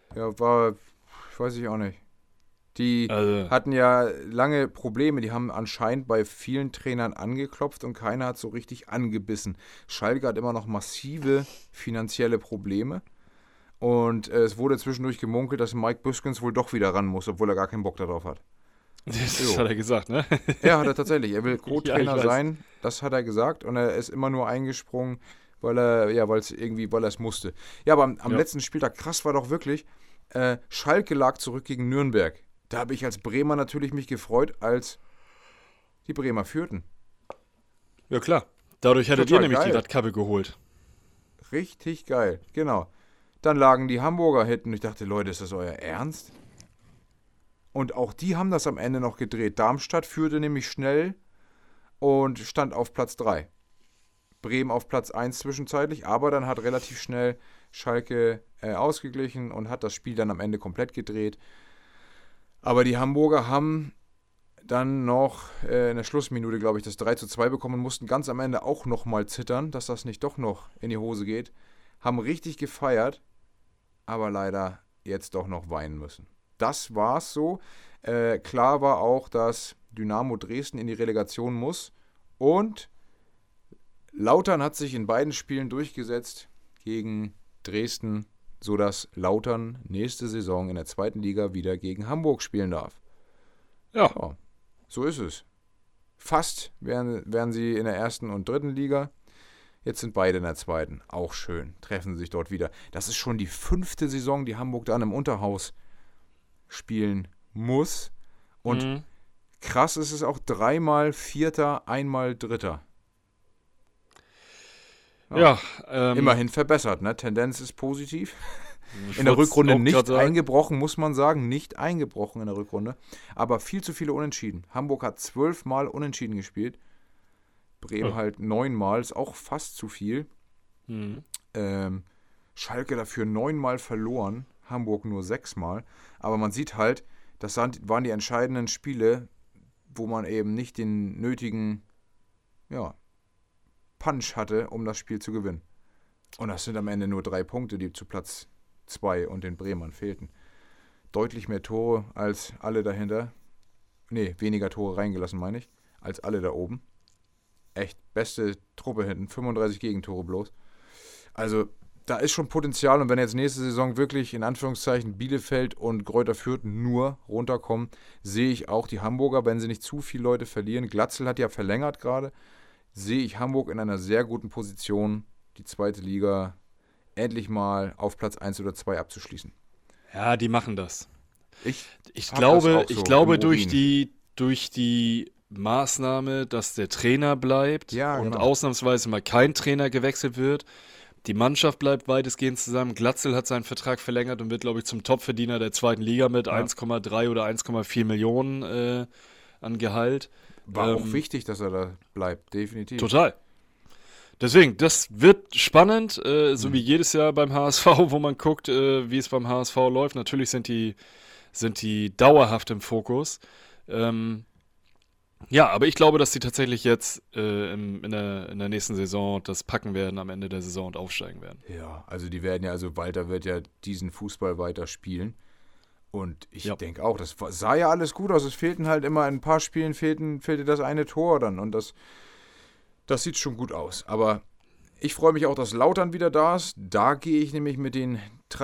Speaker 2: weiß ich auch nicht. Die
Speaker 1: Also,
Speaker 2: hatten ja lange Probleme. Die haben anscheinend bei vielen Trainern angeklopft und keiner hat so richtig angebissen. Schalke hat immer noch massive finanzielle Probleme. Und es wurde zwischendurch gemunkelt, dass Mike Büskens wohl doch wieder ran muss, obwohl er gar keinen Bock darauf hat.
Speaker 1: das
Speaker 2: Jo.
Speaker 1: hat er gesagt, ne?
Speaker 2: Ja, hat er tatsächlich. Er will Co-Trainer
Speaker 1: Ja, ich weiß.
Speaker 2: sein. Das hat er gesagt. Und er ist immer nur eingesprungen, weil er es musste. Ja, aber am
Speaker 1: Ja.
Speaker 2: letzten Spieltag, krass war doch wirklich, Schalke lag zurück gegen Nürnberg. Da habe ich als Bremer natürlich mich gefreut, als die Bremer führten.
Speaker 1: Ja, klar. Dadurch hättet ihr
Speaker 2: Total
Speaker 1: nämlich die
Speaker 2: geil.
Speaker 1: Radkappe geholt.
Speaker 2: Richtig geil, genau. Dann lagen die Hamburger hinten. Ich dachte, Leute, ist das euer Ernst? Und auch die haben das am Ende noch gedreht. Darmstadt führte nämlich schnell und stand auf Platz 3. Bremen auf Platz 1 zwischenzeitlich, aber dann hat relativ schnell Schalke ausgeglichen und hat das Spiel dann am Ende komplett gedreht. Aber die Hamburger haben dann noch in der Schlussminute, glaube ich, das 3:2 bekommen und mussten ganz am Ende auch nochmal zittern, dass das nicht doch noch in die Hose geht. Haben richtig gefeiert, aber leider jetzt doch noch weinen müssen. Das war's so. Klar war auch, dass Dynamo Dresden in die Relegation muss und Lautern hat sich in beiden Spielen durchgesetzt gegen Dresden, sodass Lautern nächste Saison in der zweiten Liga wieder gegen Hamburg spielen darf.
Speaker 1: Ja.
Speaker 2: Ja, so ist es. Fast wären sie in der ersten und dritten Liga. Jetzt sind beide in der zweiten. Auch schön. Treffen sie sich dort wieder. Das ist schon die 5. Saison, die Hamburg dann im Unterhaus spielen muss. Und krass ist es auch 3-mal Vierter, 1-mal Dritter.
Speaker 1: Ja,
Speaker 2: Immerhin verbessert, ne? Tendenz ist positiv.
Speaker 1: ich
Speaker 2: In der
Speaker 1: wollt's
Speaker 2: Rückrunde
Speaker 1: auch
Speaker 2: nicht
Speaker 1: grad sagen.
Speaker 2: eingebrochen, muss man sagen. Nicht eingebrochen in der Rückrunde. Aber viel zu viele Unentschieden. Hamburg hat 12-mal Unentschieden gespielt. Bremen
Speaker 1: Oh.
Speaker 2: halt 9-mal. Ist auch fast zu viel.
Speaker 1: Mhm.
Speaker 2: Schalke dafür 9-mal verloren. Hamburg nur 6-mal. Aber man sieht halt, das waren die entscheidenden Spiele, wo man eben nicht den nötigen Punch hatte, um das Spiel zu gewinnen. Und das sind am Ende nur 3 Punkte, die zu Platz 2 und den Bremern fehlten. Deutlich mehr Tore als alle dahinter. Nee, weniger Tore reingelassen, meine ich, als alle da oben. Echt, beste Truppe hinten, 35 Gegentore bloß. Also, da ist schon Potenzial und wenn jetzt nächste Saison wirklich in Anführungszeichen Bielefeld und Greuther Fürth nur runterkommen, sehe ich auch die Hamburger, wenn sie nicht zu viele Leute verlieren. Glatzel hat ja verlängert gerade. Sehe ich Hamburg in einer sehr guten Position, die zweite Liga endlich mal auf Platz 1 oder 2 abzuschließen.
Speaker 1: Ja, die machen das. Ich
Speaker 2: hab das
Speaker 1: glaube,
Speaker 2: auch so
Speaker 1: ich glaube
Speaker 2: im
Speaker 1: durch
Speaker 2: Urin.
Speaker 1: die Maßnahme, dass der Trainer bleibt
Speaker 2: Ja,
Speaker 1: und
Speaker 2: genau.
Speaker 1: ausnahmsweise mal kein Trainer gewechselt wird, die Mannschaft bleibt weitestgehend zusammen. Glatzel hat seinen Vertrag verlängert und wird, glaube ich, zum Topverdiener der zweiten Liga mit
Speaker 2: Ja.
Speaker 1: 1,3 oder 1,4 Millionen an Gehalt.
Speaker 2: War auch wichtig, dass er da bleibt, definitiv.
Speaker 1: Total. Deswegen, das wird spannend, so wie
Speaker 2: Mhm.
Speaker 1: jedes Jahr beim HSV, wo man guckt, wie es beim HSV läuft. Natürlich sind die dauerhaft im Fokus. Ähm, ja, aber ich glaube, dass sie tatsächlich jetzt in der nächsten Saison das packen werden, am Ende der Saison und aufsteigen werden.
Speaker 2: Ja, also die werden ja, also Walter wird ja diesen Fußball weiter spielen. Und ich
Speaker 1: Ja.
Speaker 2: denke auch, sah ja alles gut aus. Es fehlten halt immer in ein paar Spielen fehlte das eine Tor dann. Und das sieht schon gut aus. Aber ich freue mich auch, dass Lautern wieder da ist. Da gehe ich nämlich mit den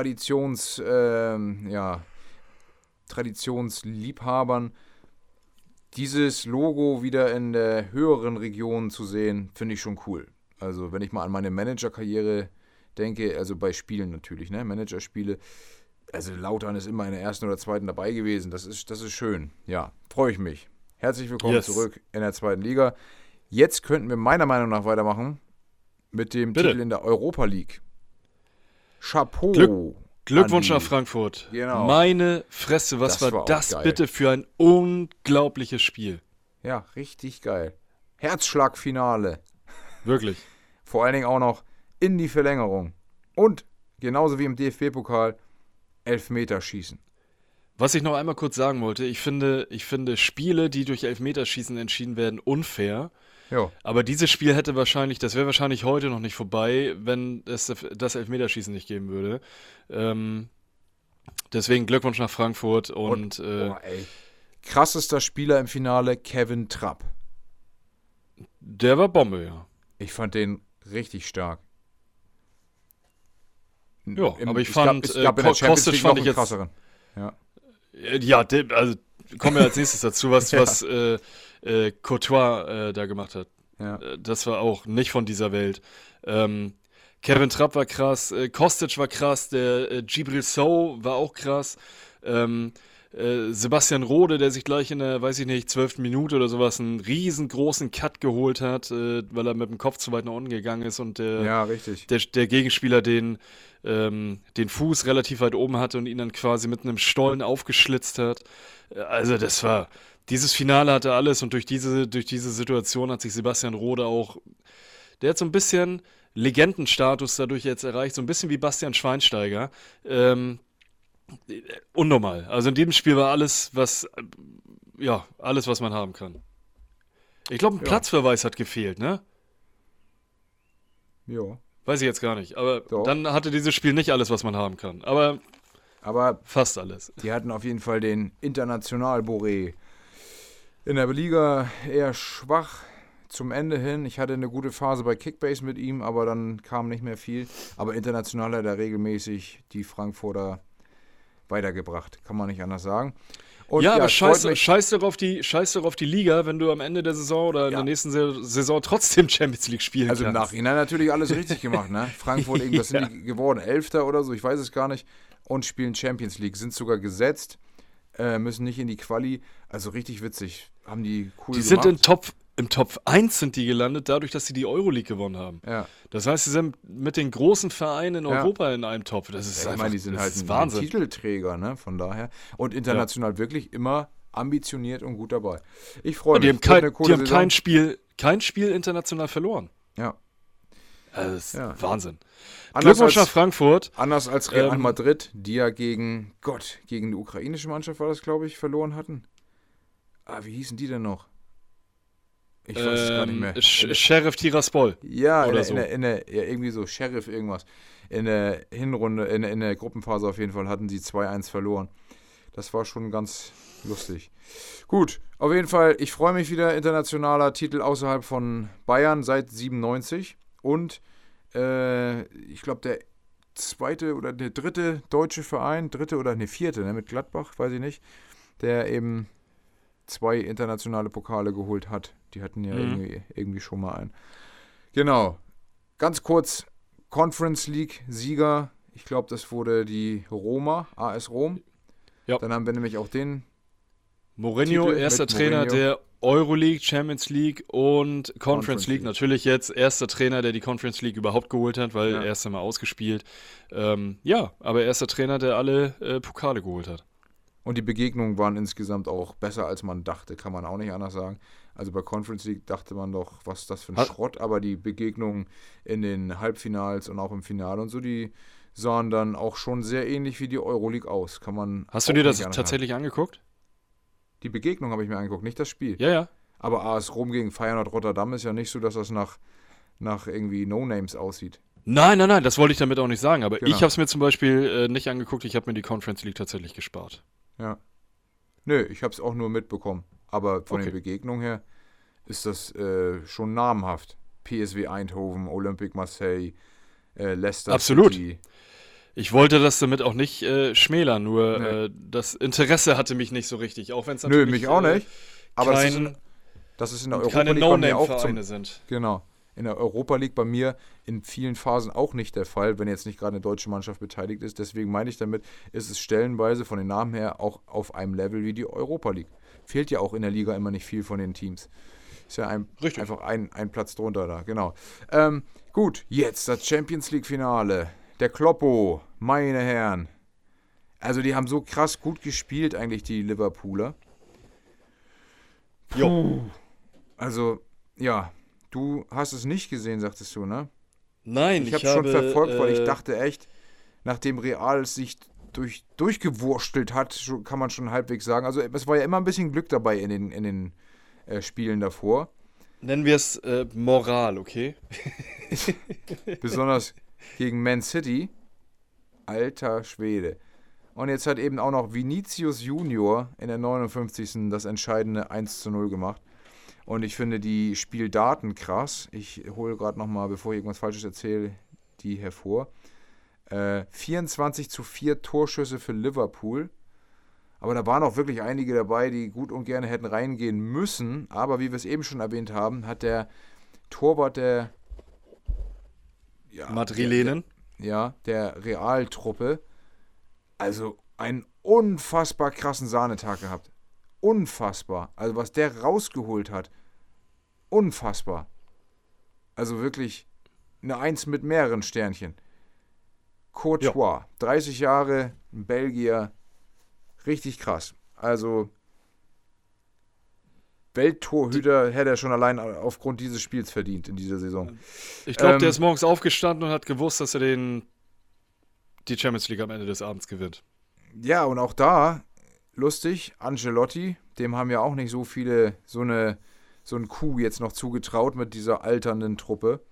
Speaker 2: Traditionsliebhabern. Dieses Logo wieder in der höheren Region zu sehen, finde ich schon cool. Also wenn ich mal an meine Managerkarriere denke, also bei Spielen natürlich, ne, Managerspiele, also Lautern ist immer in der ersten oder zweiten dabei gewesen. Das ist schön. Ja, freue ich mich. Herzlich willkommen
Speaker 1: Yes.
Speaker 2: zurück in der zweiten Liga. Jetzt könnten wir meiner Meinung nach weitermachen mit dem
Speaker 1: Bitte.
Speaker 2: Titel in der Europa League. Chapeau.
Speaker 1: Glückwunsch
Speaker 2: Andi.
Speaker 1: nach Frankfurt.
Speaker 2: Genau.
Speaker 1: Meine Fresse, was
Speaker 2: Das war
Speaker 1: war
Speaker 2: auch
Speaker 1: das
Speaker 2: geil.
Speaker 1: bitte für ein unglaubliches Spiel.
Speaker 2: Ja, richtig geil. Herzschlagfinale.
Speaker 1: Wirklich.
Speaker 2: Vor allen Dingen auch noch in die Verlängerung. Und genauso wie im DFB-Pokal Elfmeterschießen.
Speaker 1: Was ich noch einmal kurz sagen wollte, ich finde Spiele, die durch Elfmeterschießen entschieden werden, unfair.
Speaker 2: Ja,
Speaker 1: Aber dieses Spiel das wäre wahrscheinlich heute noch nicht vorbei, wenn es das Elfmeterschießen nicht geben würde. Deswegen Glückwunsch nach Frankfurt und
Speaker 2: ey. Krassester Spieler im Finale, Kevin Trapp.
Speaker 1: der war Bombe, ja.
Speaker 2: Ich fand den richtig stark.
Speaker 1: Ja, aber ich
Speaker 2: es gab
Speaker 1: fand,
Speaker 2: in der Champions
Speaker 1: Kostic
Speaker 2: League
Speaker 1: fand
Speaker 2: noch
Speaker 1: ich
Speaker 2: einen
Speaker 1: jetzt-
Speaker 2: krasseren. Ja.
Speaker 1: Ja, also kommen wir als nächstes dazu, was,
Speaker 2: Ja.
Speaker 1: was Courtois da gemacht hat.
Speaker 2: Ja.
Speaker 1: Das war auch nicht von dieser Welt. Kevin Trapp war krass, Kostic war krass, der Djibril Sow war auch krass. Sebastian Rode, der sich gleich in der, weiß ich nicht, 12. Minute oder sowas einen riesengroßen Cut geholt hat, weil er mit dem Kopf zu weit nach unten gegangen ist und
Speaker 2: Ja, richtig.
Speaker 1: der Gegenspieler den Fuß relativ weit oben hatte und ihn dann quasi mit einem Stollen aufgeschlitzt hat. Also dieses Finale hatte alles und durch diese Situation hat sich Sebastian Rode auch, der hat so ein bisschen Legendenstatus dadurch jetzt erreicht, so ein bisschen wie Bastian Schweinsteiger. Unnormal. Also in diesem Spiel war alles, was man haben kann. Ich glaube, ein
Speaker 2: Ja.
Speaker 1: Platzverweis hat gefehlt, ne?
Speaker 2: Ja.
Speaker 1: Weiß ich jetzt gar nicht. Aber
Speaker 2: Doch.
Speaker 1: dann hatte dieses Spiel nicht alles, was man haben kann. Aber
Speaker 2: Aber
Speaker 1: fast alles.
Speaker 2: die hatten auf jeden Fall den International-Boré. In der Liga eher schwach zum Ende hin. Ich hatte eine gute Phase bei Kickbase mit ihm, aber dann kam nicht mehr viel. Aber international hat er regelmäßig die Frankfurter weitergebracht. Kann man nicht anders sagen. Und
Speaker 1: ja, aber
Speaker 2: es freut mich.
Speaker 1: scheiß doch auf die Liga, wenn du am Ende der Saison oder in
Speaker 2: Ja.
Speaker 1: der nächsten Saison trotzdem Champions League spielen
Speaker 2: Also im
Speaker 1: kannst.
Speaker 2: Nachhinein natürlich alles richtig gemacht, ne? Frankfurt, irgendwas sind die geworden, Elfter oder so, ich weiß es gar nicht. Und spielen Champions League, sind sogar gesetzt, müssen nicht in die Quali. Also richtig witzig, haben die cool
Speaker 1: Die
Speaker 2: gemacht.
Speaker 1: sind im Top 1 sind die gelandet, dadurch, dass sie die Euroleague gewonnen haben.
Speaker 2: Ja,
Speaker 1: Das heißt, sie sind mit den großen Vereinen in
Speaker 2: Ja.
Speaker 1: Europa in einem Topf. Das ist
Speaker 2: ich
Speaker 1: einfach,
Speaker 2: meine, die sind
Speaker 1: das
Speaker 2: halt
Speaker 1: ist
Speaker 2: ein
Speaker 1: Wahnsinn.
Speaker 2: Titelträger, ne? Von daher. Und international wirklich immer ambitioniert und gut dabei. Ich freue
Speaker 1: Die
Speaker 2: mich.
Speaker 1: haben,
Speaker 2: Wird eine coole
Speaker 1: die haben
Speaker 2: Saison.
Speaker 1: kein Spiel international verloren.
Speaker 2: Ja.
Speaker 1: Also das ist
Speaker 2: Ja.
Speaker 1: Wahnsinn.
Speaker 2: Anders
Speaker 1: Glückwunsch nach
Speaker 2: als,
Speaker 1: Frankfurt.
Speaker 2: anders als Real
Speaker 1: Ähm,
Speaker 2: Madrid, die ja gegen die ukrainische Mannschaft war das, glaube ich, verloren hatten. Wie hießen die denn noch? Ich weiß es gar nicht mehr.
Speaker 1: Sheriff Tiraspol.
Speaker 2: Ja,
Speaker 1: oder
Speaker 2: ja, irgendwie so Sheriff irgendwas. In der Hinrunde, in der Gruppenphase auf jeden Fall hatten sie 2-1 verloren. Das war schon ganz lustig. Gut, auf jeden Fall, ich freue mich wieder. Internationaler Titel außerhalb von Bayern seit 97. Und ich glaube, der zweite oder der dritte deutsche Verein, vierte, ne, mit Gladbach, weiß ich nicht, der eben 2 internationale Pokale geholt hat. Die hatten ja irgendwie schon mal einen. Genau. Ganz kurz Conference League-Sieger, ich glaube, das wurde die Roma, AS Rom.
Speaker 1: Ja.
Speaker 2: Dann haben wir nämlich auch den
Speaker 1: Mourinho,
Speaker 2: Titel
Speaker 1: erster
Speaker 2: mit
Speaker 1: Trainer
Speaker 2: Mourinho.
Speaker 1: der Euroleague, Champions League und Conference League.
Speaker 2: League.
Speaker 1: Natürlich jetzt erster Trainer, der die Conference League überhaupt geholt hat, weil
Speaker 2: Ja.
Speaker 1: erst einmal ausgespielt. Aber erster Trainer, der alle Pokale geholt hat.
Speaker 2: Und die Begegnungen waren insgesamt auch besser, als man dachte, kann man auch nicht anders sagen. Also bei Conference League dachte man doch, was ist das für ein Schrott, aber die Begegnungen in den Halbfinals und auch im Finale und so, die sahen dann auch schon sehr ähnlich wie die Euroleague aus. Kann man
Speaker 1: Hast du
Speaker 2: auch
Speaker 1: dir das
Speaker 2: nicht anders
Speaker 1: tatsächlich angeguckt?
Speaker 2: sagen. Die Begegnung habe ich mir angeguckt, nicht das Spiel.
Speaker 1: Ja, ja.
Speaker 2: Aber AS Rom gegen Feyenoord Rotterdam ist ja nicht so, dass das nach irgendwie No-Names aussieht.
Speaker 1: Nein, das wollte ich damit auch nicht sagen. Aber
Speaker 2: Genau.
Speaker 1: ich habe es mir zum Beispiel nicht angeguckt. Ich habe mir die Conference League tatsächlich gespart.
Speaker 2: Ja. Nö, ich habe es auch nur mitbekommen. Aber von
Speaker 1: Okay.
Speaker 2: den Begegnungen her ist das schon namhaft. PSV Eindhoven, Olympique Marseille, Leicester
Speaker 1: Absolut.
Speaker 2: City.
Speaker 1: Ich wollte das damit auch nicht schmälern, nur
Speaker 2: Nee.
Speaker 1: das Interesse hatte mich nicht so richtig. Auch wenn es
Speaker 2: Nö,
Speaker 1: natürlich
Speaker 2: mich auch nicht. Aber das ist in der Europa
Speaker 1: keine
Speaker 2: League bei mir auch
Speaker 1: No-Name-Vereine sind.
Speaker 2: Genau. In der Europa League bei mir in vielen Phasen auch nicht der Fall, wenn jetzt nicht gerade eine deutsche Mannschaft beteiligt ist. Deswegen meine ich damit, ist es stellenweise von den Namen her auch auf einem Level wie die Europa League. Fehlt ja auch in der Liga immer nicht viel von den Teams. Ist ja
Speaker 1: Richtig.
Speaker 2: einfach ein Platz drunter da, genau. Gut, jetzt das Champions League-Finale. Der Kloppo, meine Herren. Also die haben so krass gut gespielt eigentlich, die Liverpooler.
Speaker 1: Jo.
Speaker 2: Also, ja, du hast es nicht gesehen, sagtest du, ne?
Speaker 1: Nein,
Speaker 2: Ich habe schon verfolgt, weil ich dachte echt, nachdem Real sich durchgewurstelt hat, kann man schon halbwegs sagen. Also es war ja immer ein bisschen Glück dabei in den Spielen davor.
Speaker 1: Nennen wir es Moral, okay?
Speaker 2: Besonders gegen Man City. Alter Schwede. Und jetzt hat eben auch noch Vinicius Junior in der 59. das entscheidende 1:0 gemacht. Und ich finde die Spieldaten krass. Ich hole gerade nochmal, bevor ich irgendwas Falsches erzähle, die hervor. 24:4 Torschüsse für Liverpool. Aber da waren auch wirklich einige dabei, die gut und gerne hätten reingehen müssen. Aber wie wir es eben schon erwähnt haben, hat der Torwart der
Speaker 1: Madrilenen.
Speaker 2: der Realtruppe also einen unfassbar krassen Sahnetag gehabt. Unfassbar. Also was der rausgeholt hat, unfassbar. Also wirklich eine 1 mit mehreren Sternchen. Courtois, 30 Jahre, ein Belgier, richtig krass. Also Welttorhüter hätte er schon allein aufgrund dieses Spiels verdient in dieser Saison.
Speaker 1: Ich glaube, der ist morgens aufgestanden und hat gewusst, dass er die Champions League am Ende des Abends gewinnt.
Speaker 2: Ja, und auch da, lustig, Ancelotti, dem haben ja auch nicht so viele, so ein Coup jetzt noch zugetraut mit dieser alternden Truppe.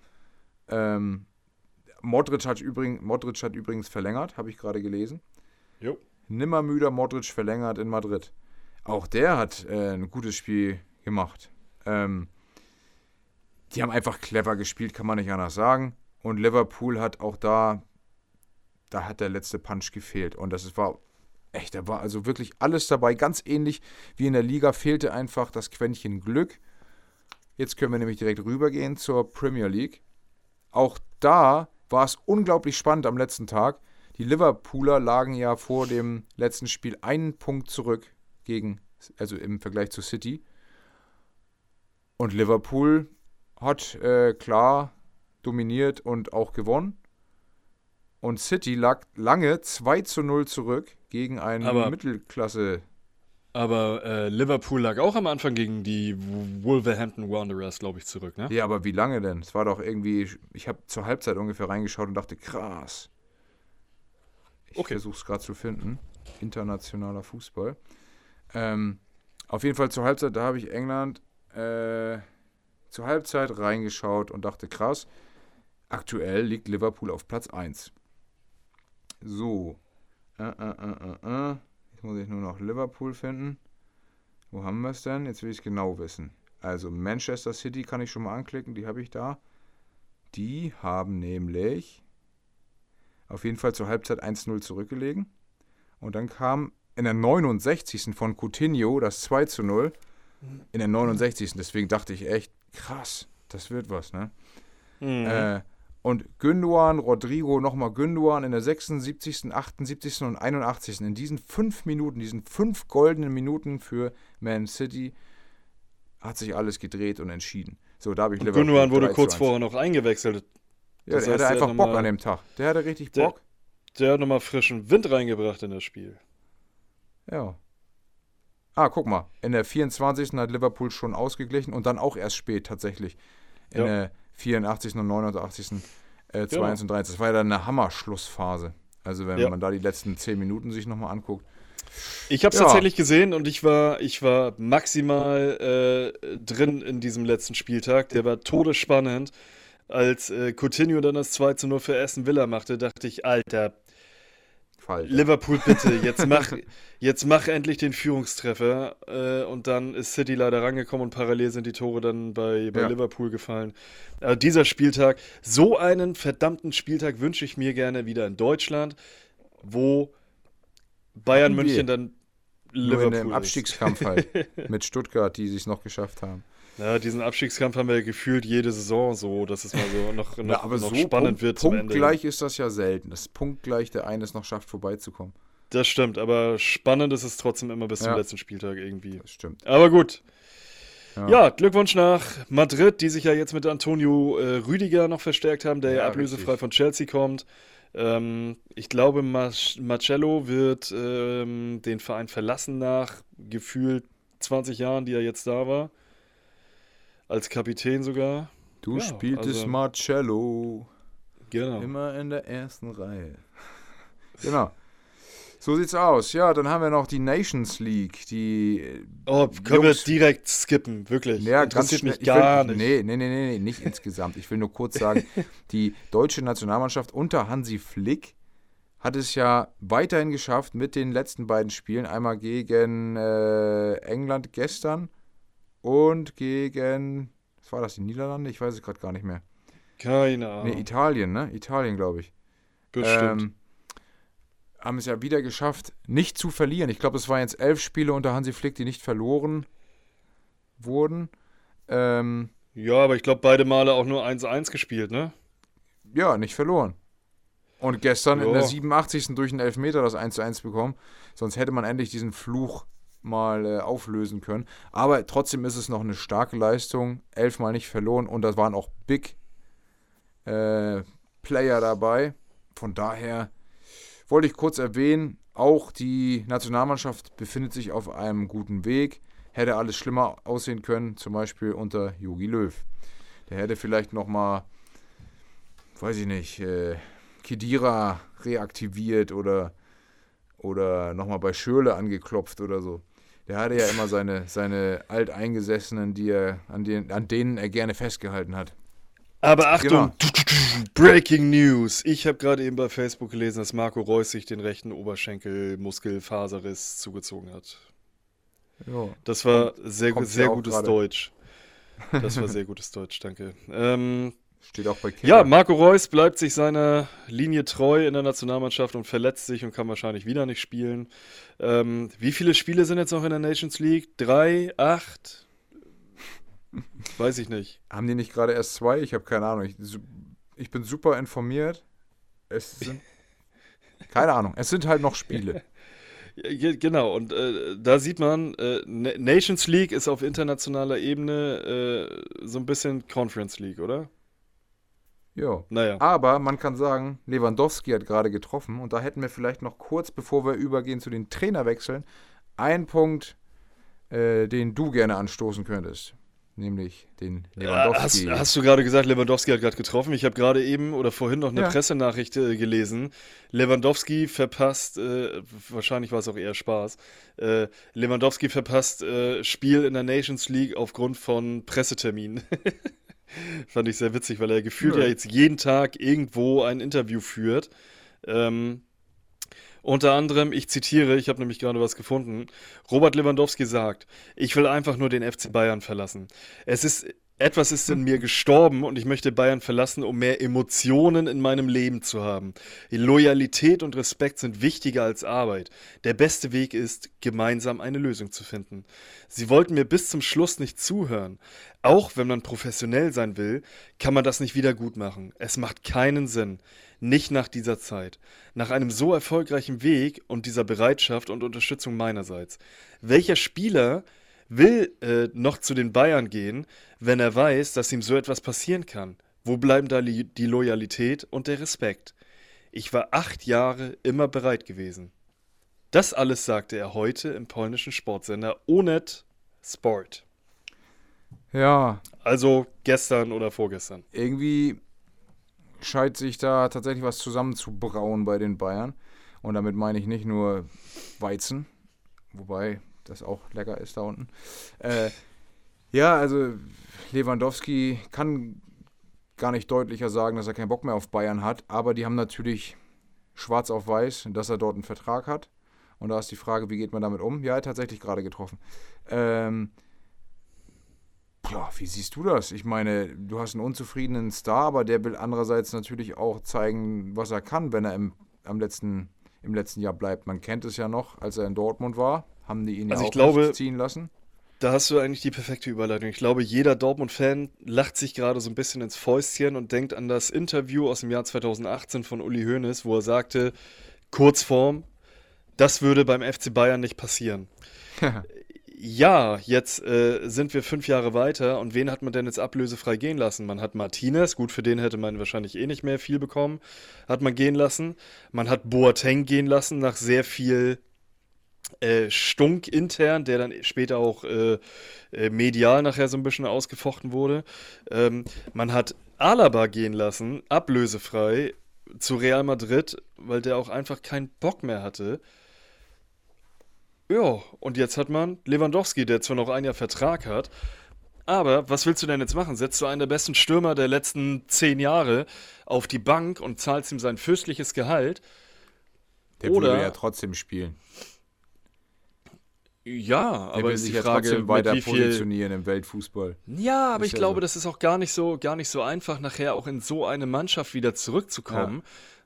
Speaker 2: Modric hat übrigens verlängert, habe ich gerade gelesen.
Speaker 1: Jo.
Speaker 2: Nimmermüder Modric verlängert in Madrid. Auch der hat ein gutes Spiel gemacht. Die haben einfach clever gespielt, kann man nicht anders sagen. Und Liverpool hat auch da hat der letzte Punch gefehlt. Und da war also wirklich alles dabei. Ganz ähnlich wie in der Liga fehlte einfach das Quäntchen Glück. Jetzt können wir nämlich direkt rübergehen zur Premier League. Auch da war es unglaublich spannend am letzten Tag. Die Liverpooler lagen ja vor dem letzten Spiel einen Punkt zurück also im Vergleich zu City. Und Liverpool hat klar dominiert und auch gewonnen. Und City lag lange 2:0 zurück gegen einen Mittelklasse.
Speaker 1: Aber Liverpool lag auch am Anfang gegen die Wolverhampton Wanderers, glaube ich, zurück, ne?
Speaker 2: Ja, aber wie lange denn? Es war doch irgendwie, ich habe zur Halbzeit ungefähr reingeschaut und dachte, krass. Ich versuche es gerade zu finden. Internationaler Fußball. Auf jeden Fall zur Halbzeit, da habe ich England zur Halbzeit reingeschaut und dachte, krass. Aktuell liegt Liverpool auf Platz 1. So. Jetzt muss ich nur noch Liverpool finden. Wo haben wir es denn? Jetzt will ich es genau wissen. Also Manchester City kann ich schon mal anklicken, die habe ich da. Die haben nämlich auf jeden Fall zur Halbzeit 1:0 zurückgelegen. Und dann kam in der 69. von Coutinho das 2:0. In der 69. Deswegen dachte ich echt, krass, das wird was, ne? Und Gündoğan, Rodrigo, nochmal Gündoğan in der 76., 78. und 81. In diesen 5 Minuten, diesen 5 goldenen Minuten für Man City, hat sich alles gedreht und entschieden. So, da habe ich Liverpool
Speaker 1: Gündoğan wurde
Speaker 2: 3:1.
Speaker 1: kurz vorher noch eingewechselt.
Speaker 2: Ja,
Speaker 1: Das
Speaker 2: der
Speaker 1: heißt,
Speaker 2: hatte
Speaker 1: der
Speaker 2: einfach
Speaker 1: hat
Speaker 2: Bock
Speaker 1: noch mal-
Speaker 2: an dem Tag. Der hatte richtig
Speaker 1: Der-
Speaker 2: Bock.
Speaker 1: Der hat nochmal frischen Wind reingebracht in das Spiel.
Speaker 2: Ja. Guck mal. In der 24. hat Liverpool schon ausgeglichen und dann auch erst spät tatsächlich. In
Speaker 1: Ja.
Speaker 2: der 84. und 89. 2-1 und 3-1. Das war ja dann eine Hammer-Schlussphase. Also wenn
Speaker 1: Ja.
Speaker 2: man da die letzten 10 Minuten sich nochmal anguckt.
Speaker 1: Ich habe es
Speaker 2: Ja.
Speaker 1: tatsächlich gesehen und ich war maximal drin in diesem letzten Spieltag. Der war todesspannend. Als Coutinho dann das 2:0 für Aston Villa machte, dachte ich, Alter,
Speaker 2: Falsch.
Speaker 1: Liverpool bitte, jetzt mach endlich den Führungstreffer. Und dann ist City leider rangekommen und parallel sind die Tore dann bei
Speaker 2: Ja.
Speaker 1: Liverpool gefallen. Dieser Spieltag, so einen verdammten Spieltag wünsche ich mir gerne wieder in Deutschland, wo Bayern
Speaker 2: Hatten wir.
Speaker 1: München dann
Speaker 2: Nur
Speaker 1: Liverpool
Speaker 2: in dem
Speaker 1: ist.
Speaker 2: Abstiegskampf halt. Mit Stuttgart, die sich noch geschafft haben.
Speaker 1: Ja, diesen Abstiegskampf haben wir ja gefühlt jede Saison so, dass es mal so noch spannend wird zum Ende.
Speaker 2: Punktgleich ist das ja selten. Das ist punktgleich, der eine es noch schafft, vorbeizukommen.
Speaker 1: Das stimmt, aber spannend ist es trotzdem immer bis zum
Speaker 2: Ja.
Speaker 1: letzten Spieltag irgendwie.
Speaker 2: Das stimmt.
Speaker 1: Aber gut.
Speaker 2: Ja.
Speaker 1: Ja, Glückwunsch nach Madrid, die sich ja jetzt mit Antonio Rüdiger noch verstärkt haben, der ja
Speaker 2: Ja,
Speaker 1: ablösefrei
Speaker 2: richtig.
Speaker 1: von Chelsea kommt. Ich glaube, Marcello wird den Verein verlassen nach gefühlt 20 Jahren, die er jetzt da war. Als Kapitän sogar.
Speaker 2: Du
Speaker 1: Ja,
Speaker 2: spieltest
Speaker 1: also-
Speaker 2: Marcello.
Speaker 1: Genau.
Speaker 2: Immer in der ersten Reihe. Genau. So sieht's aus. Ja, dann haben wir noch die Nations League. Die
Speaker 1: Oh, können wir
Speaker 2: Jungs-
Speaker 1: direkt skippen, wirklich.
Speaker 2: Ja, ganz
Speaker 1: Interessiert
Speaker 2: schnell.
Speaker 1: mich gar nicht.
Speaker 2: Nee, nicht insgesamt. Ich will nur kurz sagen, die deutsche Nationalmannschaft unter Hansi Flick hat es ja weiterhin geschafft mit den letzten beiden Spielen. Einmal gegen England gestern und gegen, was war das, die Niederlande? Ich weiß es gerade gar nicht mehr.
Speaker 1: Keine Ahnung.
Speaker 2: Nee, Italien, ne? Italien, glaube ich.
Speaker 1: Bestimmt.
Speaker 2: Haben es ja wieder geschafft, nicht zu verlieren. Ich glaube, es waren jetzt 11 Spiele unter Hansi Flick, die nicht verloren wurden.
Speaker 1: Ja, aber ich glaube, beide Male auch nur 1:1 gespielt, ne?
Speaker 2: Ja, nicht verloren. Und gestern in
Speaker 1: Ja.
Speaker 2: der 87. durch einen Elfmeter das 1:1 bekommen. Sonst hätte man endlich diesen Fluch mal auflösen können. Aber trotzdem ist es noch eine starke Leistung. 11 Mal nicht verloren und da waren auch Big Player dabei. Von daher wollte ich kurz erwähnen, auch die Nationalmannschaft befindet sich auf einem guten Weg. Hätte alles schlimmer aussehen können, zum Beispiel unter Jogi Löw. Der hätte vielleicht nochmal, weiß ich nicht, Khedira reaktiviert oder nochmal bei Schürrle angeklopft oder so. Der hatte ja immer seine Alteingesessenen, an denen er gerne festgehalten hat.
Speaker 1: Aber Achtung,
Speaker 2: Genau.
Speaker 1: Breaking News. Ich habe gerade eben bei Facebook gelesen, dass Marco Reus sich den rechten Oberschenkelmuskelfaserriss zugezogen hat.
Speaker 2: Ja.
Speaker 1: Das war
Speaker 2: Kommt
Speaker 1: sehr
Speaker 2: ja auch
Speaker 1: gutes
Speaker 2: gerade.
Speaker 1: Deutsch. Das war sehr gutes Deutsch, danke.
Speaker 2: Steht auch bei Kicker.
Speaker 1: Ja, Marco Reus bleibt sich seiner Linie treu in der Nationalmannschaft und verletzt sich und kann wahrscheinlich wieder nicht spielen. Wie viele Spiele sind jetzt noch in der Nations League? 3, 8? Weiß ich nicht.
Speaker 2: Haben die nicht gerade erst 2? Ich habe keine Ahnung. Ich bin super informiert. Es sind keine Ahnung. Es sind halt noch Spiele.
Speaker 1: Ja, genau, und da sieht man, Nations League ist auf internationaler Ebene so ein bisschen Conference League, oder?
Speaker 2: Ja.
Speaker 1: Naja.
Speaker 2: Aber man kann sagen, Lewandowski hat gerade getroffen und da hätten wir vielleicht noch kurz, bevor wir übergehen zu den Trainerwechseln, einen Punkt, den du gerne anstoßen könntest. Nämlich den Lewandowski.
Speaker 1: Hast du gerade gesagt, Lewandowski hat gerade getroffen? Ich habe gerade eben oder vorhin noch eine
Speaker 2: Ja.
Speaker 1: Pressenachricht gelesen. Lewandowski verpasst, wahrscheinlich war es auch eher Spaß, Lewandowski verpasst Spiel in der Nations League aufgrund von Presseterminen. Fand ich sehr witzig, weil er gefühlt
Speaker 2: Ja.
Speaker 1: ja jetzt jeden Tag irgendwo ein Interview führt. Unter anderem, ich zitiere, ich habe nämlich gerade was gefunden, Robert Lewandowski sagt, ich will einfach nur den FC Bayern verlassen. Es ist Etwas ist in mir gestorben und ich möchte Bayern verlassen, um mehr Emotionen in meinem Leben zu haben. Loyalität und Respekt sind wichtiger als Arbeit. Der beste Weg ist, gemeinsam eine Lösung zu finden. Sie wollten mir bis zum Schluss nicht zuhören. Auch wenn man professionell sein will, kann man das nicht wieder gut machen. Es macht keinen Sinn. Nicht nach dieser Zeit. Nach einem so erfolgreichen Weg und dieser Bereitschaft und Unterstützung meinerseits. Welcher Spieler will noch zu den Bayern gehen, wenn er weiß, dass ihm so etwas passieren kann? Wo bleiben da die Loyalität und der Respekt? Ich war 8 Jahre immer bereit gewesen. Das alles sagte er heute im polnischen Sportsender Onet Sport.
Speaker 2: Ja,
Speaker 1: Also gestern oder vorgestern.
Speaker 2: irgendwie scheint sich da tatsächlich was zusammenzubrauen bei den Bayern. Und damit meine ich nicht nur Weizen, wobei das auch lecker ist da unten. Ja, also Lewandowski kann gar nicht deutlicher sagen, dass er keinen Bock mehr auf Bayern hat, aber die haben natürlich schwarz auf weiß, dass er dort einen Vertrag hat. Und da ist die Frage, wie geht man damit um? Ja, er hat tatsächlich gerade getroffen. Ja, wie siehst du das? Ich meine, du hast einen unzufriedenen Star, aber der will andererseits natürlich auch zeigen, was er kann, wenn er im letzten Jahr bleibt. Man kennt es ja noch, als er in Dortmund war, haben die ihn
Speaker 1: Also
Speaker 2: ja
Speaker 1: ich
Speaker 2: auch
Speaker 1: glaube,
Speaker 2: nicht ziehen lassen.
Speaker 1: da hast du eigentlich die perfekte Überleitung. Ich glaube, jeder Dortmund-Fan lacht sich gerade so ein bisschen ins Fäustchen und denkt an das Interview aus dem Jahr 2018 von Uli Hoeneß, wo er sagte, Kurzform, das würde beim FC Bayern nicht passieren. Ja, jetzt sind wir 5 Jahre weiter und wen hat man denn jetzt ablösefrei gehen lassen? Man hat Martinez, gut, für den hätte man wahrscheinlich eh nicht mehr viel bekommen, hat man gehen lassen. Man hat Boateng gehen lassen nach sehr viel Stunk intern, der dann später auch medial nachher so ein bisschen ausgefochten wurde. Man hat Alaba gehen lassen, ablösefrei zu Real Madrid, weil der auch einfach keinen Bock mehr hatte. Ja, und jetzt hat man Lewandowski, der zwar noch ein Jahr Vertrag hat, aber was willst du denn jetzt machen? Setzt du einen der besten Stürmer der letzten 10 Jahre auf die Bank und zahlst ihm sein fürstliches Gehalt?
Speaker 2: Der würde
Speaker 1: Oder,
Speaker 2: ja trotzdem spielen.
Speaker 1: ja,
Speaker 2: Der
Speaker 1: aber
Speaker 2: will
Speaker 1: ist
Speaker 2: sich
Speaker 1: die
Speaker 2: ja
Speaker 1: Frage,
Speaker 2: trotzdem
Speaker 1: mit
Speaker 2: weiter
Speaker 1: wie viel.
Speaker 2: positionieren im Weltfußball.
Speaker 1: Ja, aber
Speaker 2: Ist
Speaker 1: ich
Speaker 2: ja so.
Speaker 1: glaube, das ist auch gar nicht so einfach, nachher auch in so eine Mannschaft wieder
Speaker 2: Ja.
Speaker 1: zurückzukommen.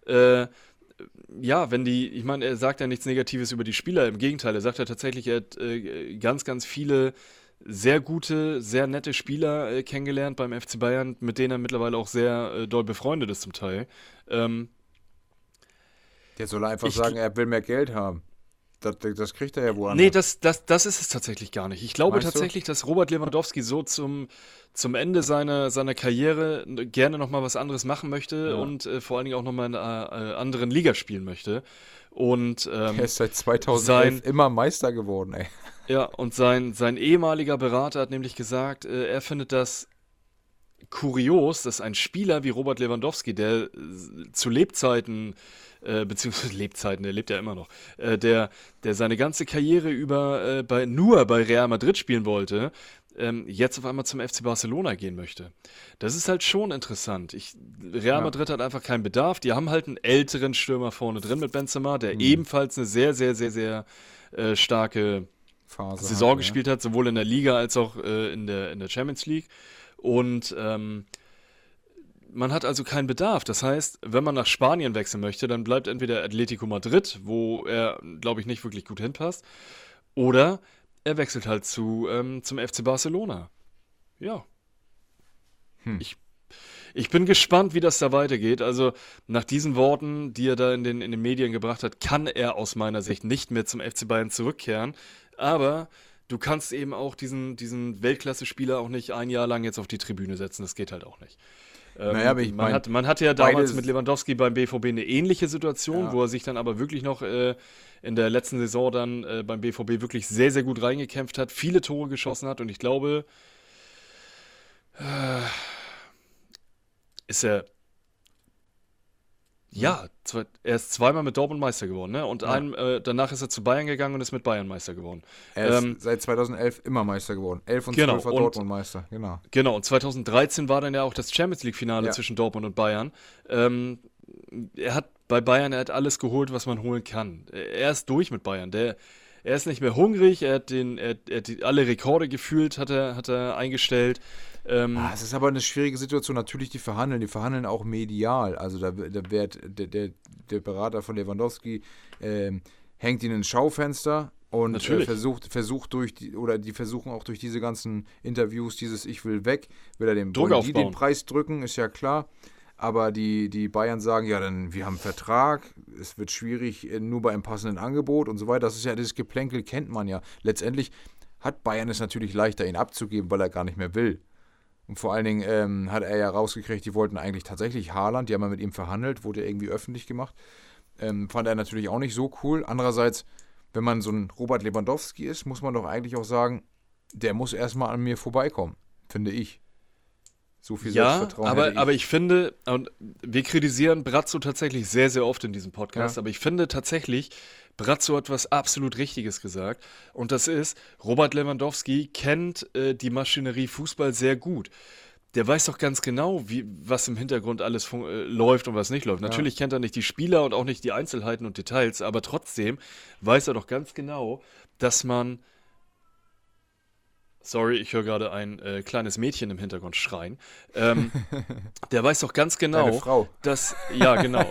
Speaker 1: Ja, wenn die, ich meine, er sagt ja nichts Negatives über die Spieler, im Gegenteil, er sagt ja tatsächlich, er hat ganz, ganz viele sehr gute, sehr nette Spieler kennengelernt beim FC Bayern, mit denen er mittlerweile auch sehr doll befreundet ist zum Teil. Ähm,
Speaker 2: Der soll einfach
Speaker 1: ich,
Speaker 2: sagen, er will mehr Geld haben. Das kriegt er ja
Speaker 1: Nee,
Speaker 2: woanders.
Speaker 1: das ist es tatsächlich gar nicht. Ich glaube
Speaker 2: Meinst du?
Speaker 1: tatsächlich, dass Robert Lewandowski so zum Ende seiner Karriere gerne nochmal was anderes machen möchte
Speaker 2: Ja.
Speaker 1: und vor allen Dingen auch nochmal in einer anderen Liga spielen möchte. Und
Speaker 2: Der ist seit 2011
Speaker 1: sein,
Speaker 2: immer Meister geworden, ey.
Speaker 1: ja, und sein ehemaliger Berater hat nämlich gesagt, er findet das kurios, dass ein Spieler wie Robert Lewandowski, der zu Lebzeiten, beziehungsweise Lebzeiten, der lebt ja immer noch, der seine ganze Karriere über nur bei Real Madrid spielen wollte, jetzt auf einmal zum FC Barcelona gehen möchte. Das ist halt schon interessant. Real
Speaker 2: Ja.
Speaker 1: Madrid hat einfach keinen Bedarf. Die haben halt einen älteren Stürmer vorne drin mit Benzema, der
Speaker 2: Hm.
Speaker 1: ebenfalls eine sehr, sehr, sehr, sehr starke
Speaker 2: Phase
Speaker 1: Saison
Speaker 2: hatte, ja.
Speaker 1: gespielt hat, sowohl in der Liga als auch in der Champions League. Und man hat also keinen Bedarf. Das heißt, wenn man nach Spanien wechseln möchte, dann bleibt entweder Atletico Madrid, wo er, glaube ich, nicht wirklich gut hinpasst, oder er wechselt halt zum FC Barcelona. Ja,
Speaker 2: Hm.
Speaker 1: ich, ich bin gespannt, wie das da weitergeht. Also nach diesen Worten, die er da in den Medien gebracht hat, kann er aus meiner Sicht nicht mehr zum FC Bayern zurückkehren. Aber du kannst eben auch diesen Weltklasse-Spieler auch nicht ein Jahr lang jetzt auf die Tribüne setzen. Das geht halt auch nicht.
Speaker 2: Naja, aber ich meine,
Speaker 1: Man hatte ja damals
Speaker 2: beide,
Speaker 1: mit Lewandowski beim BVB eine ähnliche Situation,
Speaker 2: ja,
Speaker 1: wo er sich dann aber wirklich noch in der letzten Saison dann beim BVB wirklich sehr, sehr gut reingekämpft hat, viele Tore geschossen hat und ich glaube, ist er, ja, er ist zweimal mit Dortmund Meister geworden, ne? Und
Speaker 2: ja.
Speaker 1: danach ist er zu Bayern gegangen und ist mit Bayern Meister geworden.
Speaker 2: Er
Speaker 1: Ähm,
Speaker 2: ist seit 2011 immer Meister geworden. 11 und
Speaker 1: genau,
Speaker 2: 12 war
Speaker 1: und
Speaker 2: Dortmund Meister, genau.
Speaker 1: Genau, und 2013 war dann ja auch das Champions League-Finale
Speaker 2: Ja,
Speaker 1: zwischen Dortmund und Bayern. Ähm, er hat alles geholt, was man holen kann. Er ist durch mit Bayern. er ist nicht mehr hungrig, er hat alle Rekorde gefühlt, hat er eingestellt.
Speaker 2: Es ist aber eine schwierige Situation. Natürlich, die verhandeln auch medial. Also da wird der Berater von Lewandowski hängt ihn ins Schaufenster und versucht die versuchen auch durch diese ganzen Interviews dieses Ich will weg, will er dem
Speaker 1: Druck aufbauen.
Speaker 2: Den Preis drücken, ist ja klar. Aber die Bayern sagen, ja, dann wir haben einen Vertrag, es wird schwierig, nur bei einem passenden Angebot und so weiter. Das ist ja, das Geplänkel kennt man ja. Letztendlich hat Bayern es natürlich leichter, ihn abzugeben, weil er gar nicht mehr will. Und vor allen Dingen hat er ja rausgekriegt, die wollten eigentlich tatsächlich Haaland, die haben ja mit ihm verhandelt, wurde irgendwie öffentlich gemacht. Fand er natürlich auch nicht so cool. Andererseits, wenn man so ein Robert Lewandowski ist, muss man doch eigentlich auch sagen, der muss erstmal an mir vorbeikommen, finde ich. So viel Selbstvertrauen hätte ich.
Speaker 1: Aber ich finde, und wir kritisieren Brazzo tatsächlich sehr, sehr oft in diesem Podcast, aber ich finde tatsächlich, Brazzo hat was absolut Richtiges gesagt. Und das ist, Robert Lewandowski kennt die Maschinerie Fußball sehr gut. Der weiß doch ganz genau, was im Hintergrund alles läuft und was nicht läuft. Natürlich kennt er nicht die Spieler und auch nicht die Einzelheiten und Details, aber trotzdem weiß er doch ganz genau, dass man... Sorry, ich höre gerade ein kleines Mädchen im Hintergrund schreien. Der weiß doch ganz genau,
Speaker 2: Deine Frau.
Speaker 1: dass, ja genau,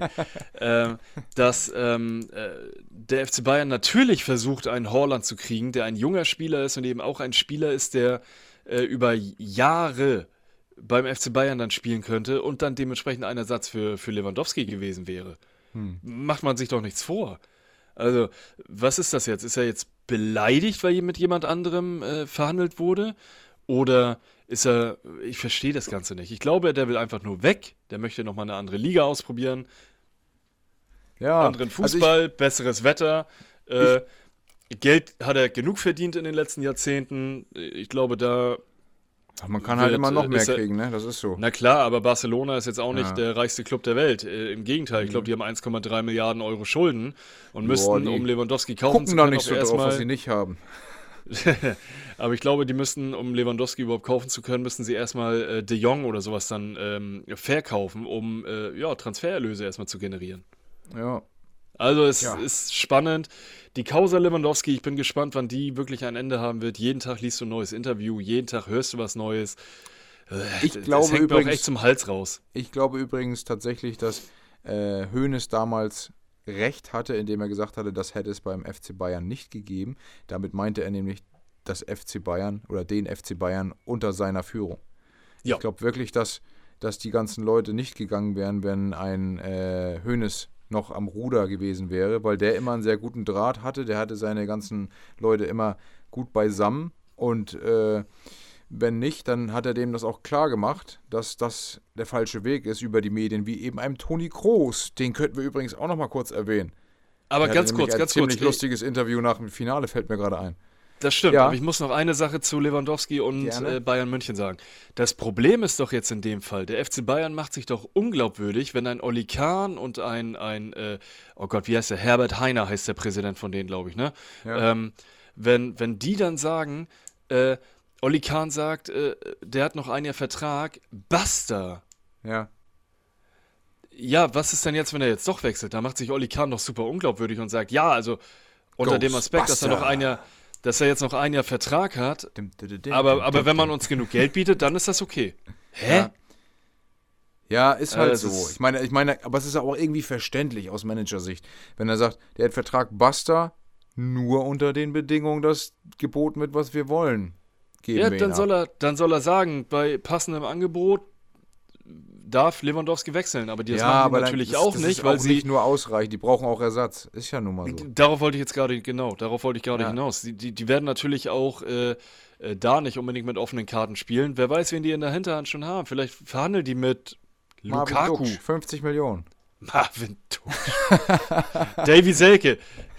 Speaker 1: dass der FC Bayern natürlich versucht, einen Haaland zu kriegen, der ein junger Spieler ist und eben auch ein Spieler ist, der über Jahre beim FC Bayern dann spielen könnte und dann dementsprechend ein Ersatz für Lewandowski gewesen wäre. Macht man sich doch nichts vor. Also, was ist das jetzt? Ist er jetzt beleidigt, weil mit jemand anderem verhandelt wurde? Oder ist er, ich verstehe das Ganze nicht. Ich glaube, der will einfach nur weg. Der möchte nochmal eine andere Liga ausprobieren.
Speaker 2: Ja,
Speaker 1: Anderen Fußball, besseres Wetter. Geld hat er genug verdient in den letzten Jahrzehnten. Ich glaube, da...
Speaker 2: Man kann halt immer noch mehr kriegen, ne? Das ist so.
Speaker 1: Na klar, aber Barcelona ist jetzt auch nicht der reichste Club der Welt. Im Gegenteil, ich glaube, die haben 1,3 Milliarden Euro Schulden und müssten, um Lewandowski kaufen zu können,
Speaker 2: gucken da nicht so drauf, was sie nicht haben.
Speaker 1: Aber ich glaube, die müssten, um Lewandowski überhaupt kaufen zu können, müssten sie erstmal De Jong oder sowas dann verkaufen, um Transfererlöse erstmal zu generieren.
Speaker 2: Ja.
Speaker 1: Also es ist spannend. Die Causa Lewandowski, ich bin gespannt, wann die wirklich ein Ende haben wird. Jeden Tag liest du ein neues Interview, jeden Tag hörst du was Neues.
Speaker 2: Ich glaube
Speaker 1: das hängt
Speaker 2: übrigens,
Speaker 1: mir auch echt zum Hals raus.
Speaker 2: Ich glaube übrigens tatsächlich, dass Hoeneß damals recht hatte, indem er gesagt hatte, das hätte es beim FC Bayern nicht gegeben. Damit meinte er nämlich das FC Bayern oder den FC Bayern unter seiner Führung. Ja. Ich glaube wirklich, dass die ganzen Leute nicht gegangen wären, wenn ein Hoeneß noch am Ruder gewesen wäre, weil der immer einen sehr guten Draht hatte, der hatte seine ganzen Leute immer gut beisammen und wenn nicht, dann hat er dem das auch klar gemacht, dass das der falsche Weg ist über die Medien, wie eben einem Toni Kroos, den könnten wir übrigens auch noch mal kurz erwähnen.
Speaker 1: Aber
Speaker 2: der
Speaker 1: ganz kurz.
Speaker 2: Ziemlich lustiges Interview nach dem Finale, fällt mir gerade ein.
Speaker 1: Das stimmt, aber ich muss noch eine Sache zu Lewandowski und Bayern München sagen. Das Problem ist doch jetzt in dem Fall, der FC Bayern macht sich doch unglaubwürdig, wenn ein Oli Kahn und oh Gott, wie heißt der? Herbert Hainer heißt der Präsident von denen, glaube ich, ne? Ja. Wenn die dann sagen, Oli Kahn sagt, der hat noch ein Jahr Vertrag, basta.
Speaker 2: Ja.
Speaker 1: Ja, was ist denn jetzt, wenn er jetzt doch wechselt? Da macht sich Oli Kahn doch super unglaubwürdig und sagt, ja, also unter dem Aspekt, dass er jetzt noch ein Jahr Vertrag hat, aber wenn man uns genug Geld bietet, dann ist das okay. Hä?
Speaker 2: Ja, ist halt so. Ich meine, aber es ist auch irgendwie verständlich aus Managersicht. Wenn er sagt, der hat Vertrag, basta, nur unter den Bedingungen, dass geboten wird, was wir wollen.
Speaker 1: Ja, dann soll er sagen, bei passendem Angebot darf Lewandowski wechseln, aber das machen die natürlich auch nicht, weil sie
Speaker 2: nicht nur ausreichen, die brauchen auch Ersatz. Ist ja nun mal so.
Speaker 1: Darauf wollte ich gerade hinaus. Die werden natürlich auch da nicht unbedingt mit offenen Karten spielen. Wer weiß, wen die in der Hinterhand schon haben. Vielleicht verhandeln die mit Lukaku.
Speaker 2: Marvin Duksch, 50 Millionen.
Speaker 1: Marvin Duksch. Davy Selke.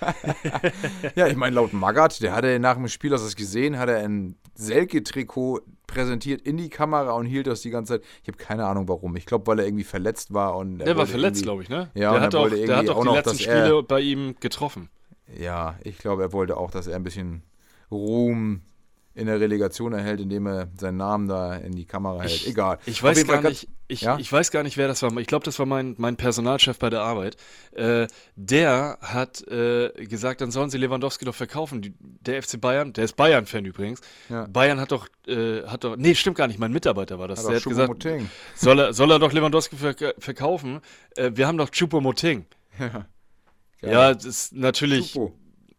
Speaker 2: Ja, ich meine, laut Magath, der hatte nach dem Spiel, hast du es gesehen, hat er ein Selke-Trikot präsentiert in die Kamera und hielt das die ganze Zeit. Ich habe keine Ahnung warum. Ich glaube, weil er irgendwie verletzt war. Und
Speaker 1: der war verletzt, glaube ich, ne?
Speaker 2: Ja,
Speaker 1: der hat auch die letzten Spiele bei ihm getroffen.
Speaker 2: Ja, ich glaube, er wollte auch, dass er ein bisschen Ruhm in der Relegation erhält, indem er seinen Namen da in die Kamera hält. Egal.
Speaker 1: Ich weiß gar nicht,
Speaker 2: ja?
Speaker 1: ich weiß gar nicht, wer das war. Ich glaube, das war mein Personalchef bei der Arbeit. Der hat gesagt, dann sollen sie Lewandowski doch verkaufen. Der FC Bayern, der ist Bayern-Fan übrigens.
Speaker 2: Ja.
Speaker 1: Bayern hat doch, nee, stimmt gar nicht, mein Mitarbeiter war das. Der hat gesagt,
Speaker 2: Choupo-Moting.
Speaker 1: soll er doch Lewandowski verkaufen? Wir haben doch Choupo-Moting.
Speaker 2: Ja.
Speaker 1: Ja, das ist natürlich
Speaker 2: Choupo.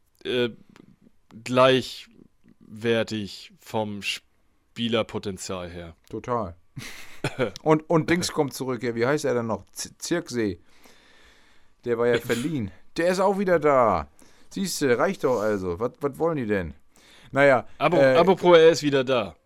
Speaker 1: gleichwertig vom Spielerpotenzial her.
Speaker 2: Total. und Dings kommt zurück. Ja, wie heißt er denn noch? Zirksee. Der war ja verliehen. Der ist auch wieder da. Siehst du, reicht doch also. Was wollen die denn? Naja.
Speaker 1: Apropos, er ist wieder da.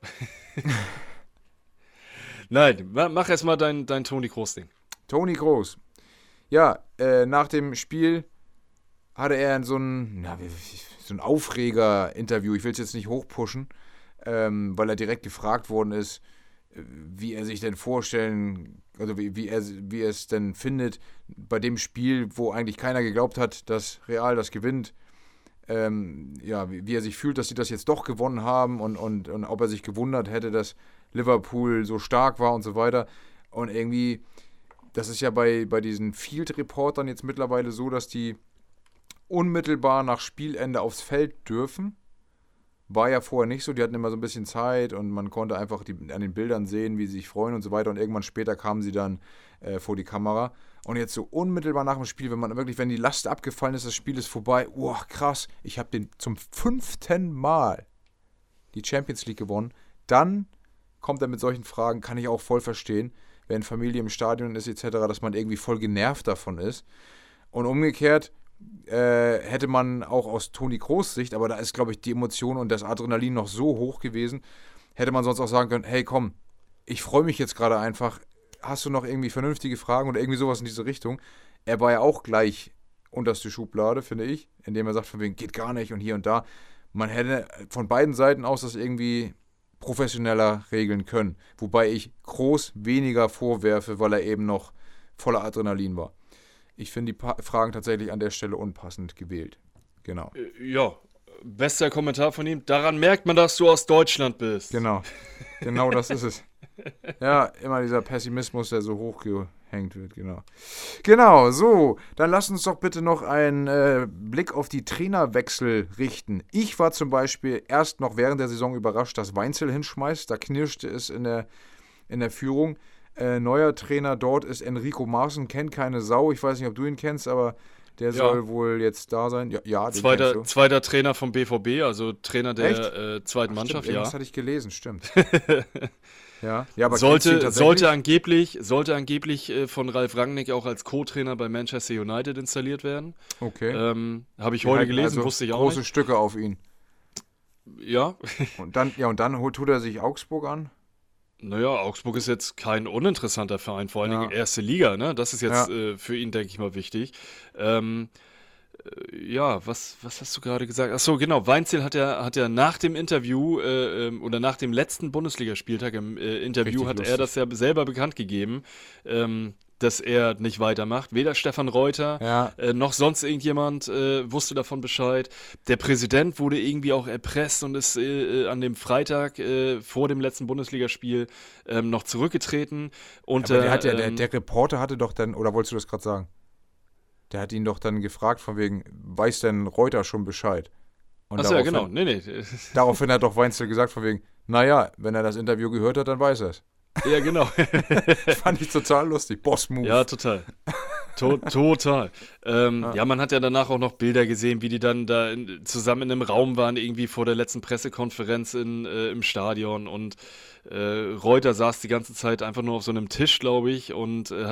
Speaker 1: Nein, mach erst mal dein Toni Kroos-Ding.
Speaker 2: Toni Kroos. Ja, nach dem Spiel hatte er so ein Aufreger-Interview. Ich will es jetzt nicht hochpushen, weil er direkt gefragt worden ist, wie er sich denn vorstellen, also wie er es denn findet, bei dem Spiel, wo eigentlich keiner geglaubt hat, dass Real das gewinnt, wie er sich fühlt, dass sie das jetzt doch gewonnen haben und ob er sich gewundert hätte, dass Liverpool so stark war und so weiter. Und irgendwie, das ist ja bei diesen Field-Reportern jetzt mittlerweile so, dass die unmittelbar nach Spielende aufs Feld dürfen. War ja vorher nicht so, die hatten immer so ein bisschen Zeit und man konnte einfach an den Bildern sehen, wie sie sich freuen und so weiter, und irgendwann später kamen sie dann vor die Kamera. Und jetzt so unmittelbar nach dem Spiel, wenn die Last abgefallen ist, das Spiel ist vorbei, krass, ich habe den zum 5. Mal die Champions League gewonnen, dann kommt er mit solchen Fragen, kann ich auch voll verstehen, wenn Familie im Stadion ist etc., dass man irgendwie voll genervt davon ist. Und umgekehrt hätte man auch aus Toni Kroos Sicht, aber da ist, glaube ich, die Emotion und das Adrenalin noch so hoch gewesen, hätte man sonst auch sagen können, hey komm, ich freue mich jetzt gerade einfach, hast du noch irgendwie vernünftige Fragen oder irgendwie sowas in diese Richtung? Er war ja auch gleich unterste Schublade, finde ich, indem er sagt, von wegen geht gar nicht und hier und da. Man hätte von beiden Seiten aus das irgendwie professioneller regeln können, wobei ich Kroos weniger vorwerfe, weil er eben noch voller Adrenalin war. Ich finde die Fragen tatsächlich an der Stelle unpassend gewählt. Genau.
Speaker 1: Ja, bester Kommentar von ihm. Daran merkt man, dass du aus Deutschland bist.
Speaker 2: Genau das ist es. Ja, immer dieser Pessimismus, der so hochgehängt wird, genau. Genau, so, dann lass uns doch bitte noch einen Blick auf die Trainerwechsel richten. Ich war zum Beispiel erst noch während der Saison überrascht, dass Weinzel hinschmeißt. Da knirschte es in der Führung. Neuer Trainer dort ist Enrico Maaßen, kennt keine Sau. Ich weiß nicht, ob du ihn kennst, aber der soll wohl jetzt da sein. Ja, den kennst du.
Speaker 1: Zweiter Trainer vom BVB, also Trainer der zweiten Mannschaft,
Speaker 2: stimmt,
Speaker 1: ja.
Speaker 2: Das hatte ich gelesen, stimmt. Ja, aber
Speaker 1: sollte angeblich von Ralf Rangnick auch als Co-Trainer bei Manchester United installiert werden.
Speaker 2: Okay.
Speaker 1: Habe ich heute gelesen, also wusste ich auch
Speaker 2: große
Speaker 1: nicht.
Speaker 2: Stücke auf ihn.
Speaker 1: Ja.
Speaker 2: Und dann tut er sich Augsburg an.
Speaker 1: Naja, Augsburg ist jetzt kein uninteressanter Verein, vor allen Dingen erste Liga, ne? Das ist jetzt für ihn, denke ich mal, wichtig. Was hast du gerade gesagt? Achso, genau, Weinzel hat ja nach dem Interview oder nach dem letzten Bundesligaspieltag im Interview hat er das ja selber bekannt gegeben, dass er nicht weitermacht. Weder Stefan Reuter noch sonst irgendjemand wusste davon Bescheid. Der Präsident wurde irgendwie auch erpresst und ist an dem Freitag vor dem letzten Bundesligaspiel noch zurückgetreten. Und,
Speaker 2: aber der Reporter hatte doch dann, oder wolltest du das gerade sagen? Der hat ihn doch dann gefragt, von wegen, weiß denn Reuter schon Bescheid?
Speaker 1: Achso, ja, genau. Nee.
Speaker 2: Daraufhin hat doch Weinzel gesagt, von wegen, naja, wenn er das Interview gehört hat, dann weiß er es.
Speaker 1: Ja, genau.
Speaker 2: Fand ich total lustig. Boss-Move.
Speaker 1: Ja, total. Total. Man hat ja danach auch noch Bilder gesehen, wie die dann da zusammen in einem Raum waren, irgendwie vor der letzten Pressekonferenz im Stadion. Und Reuter saß die ganze Zeit einfach nur auf so einem Tisch, glaube ich, und hat.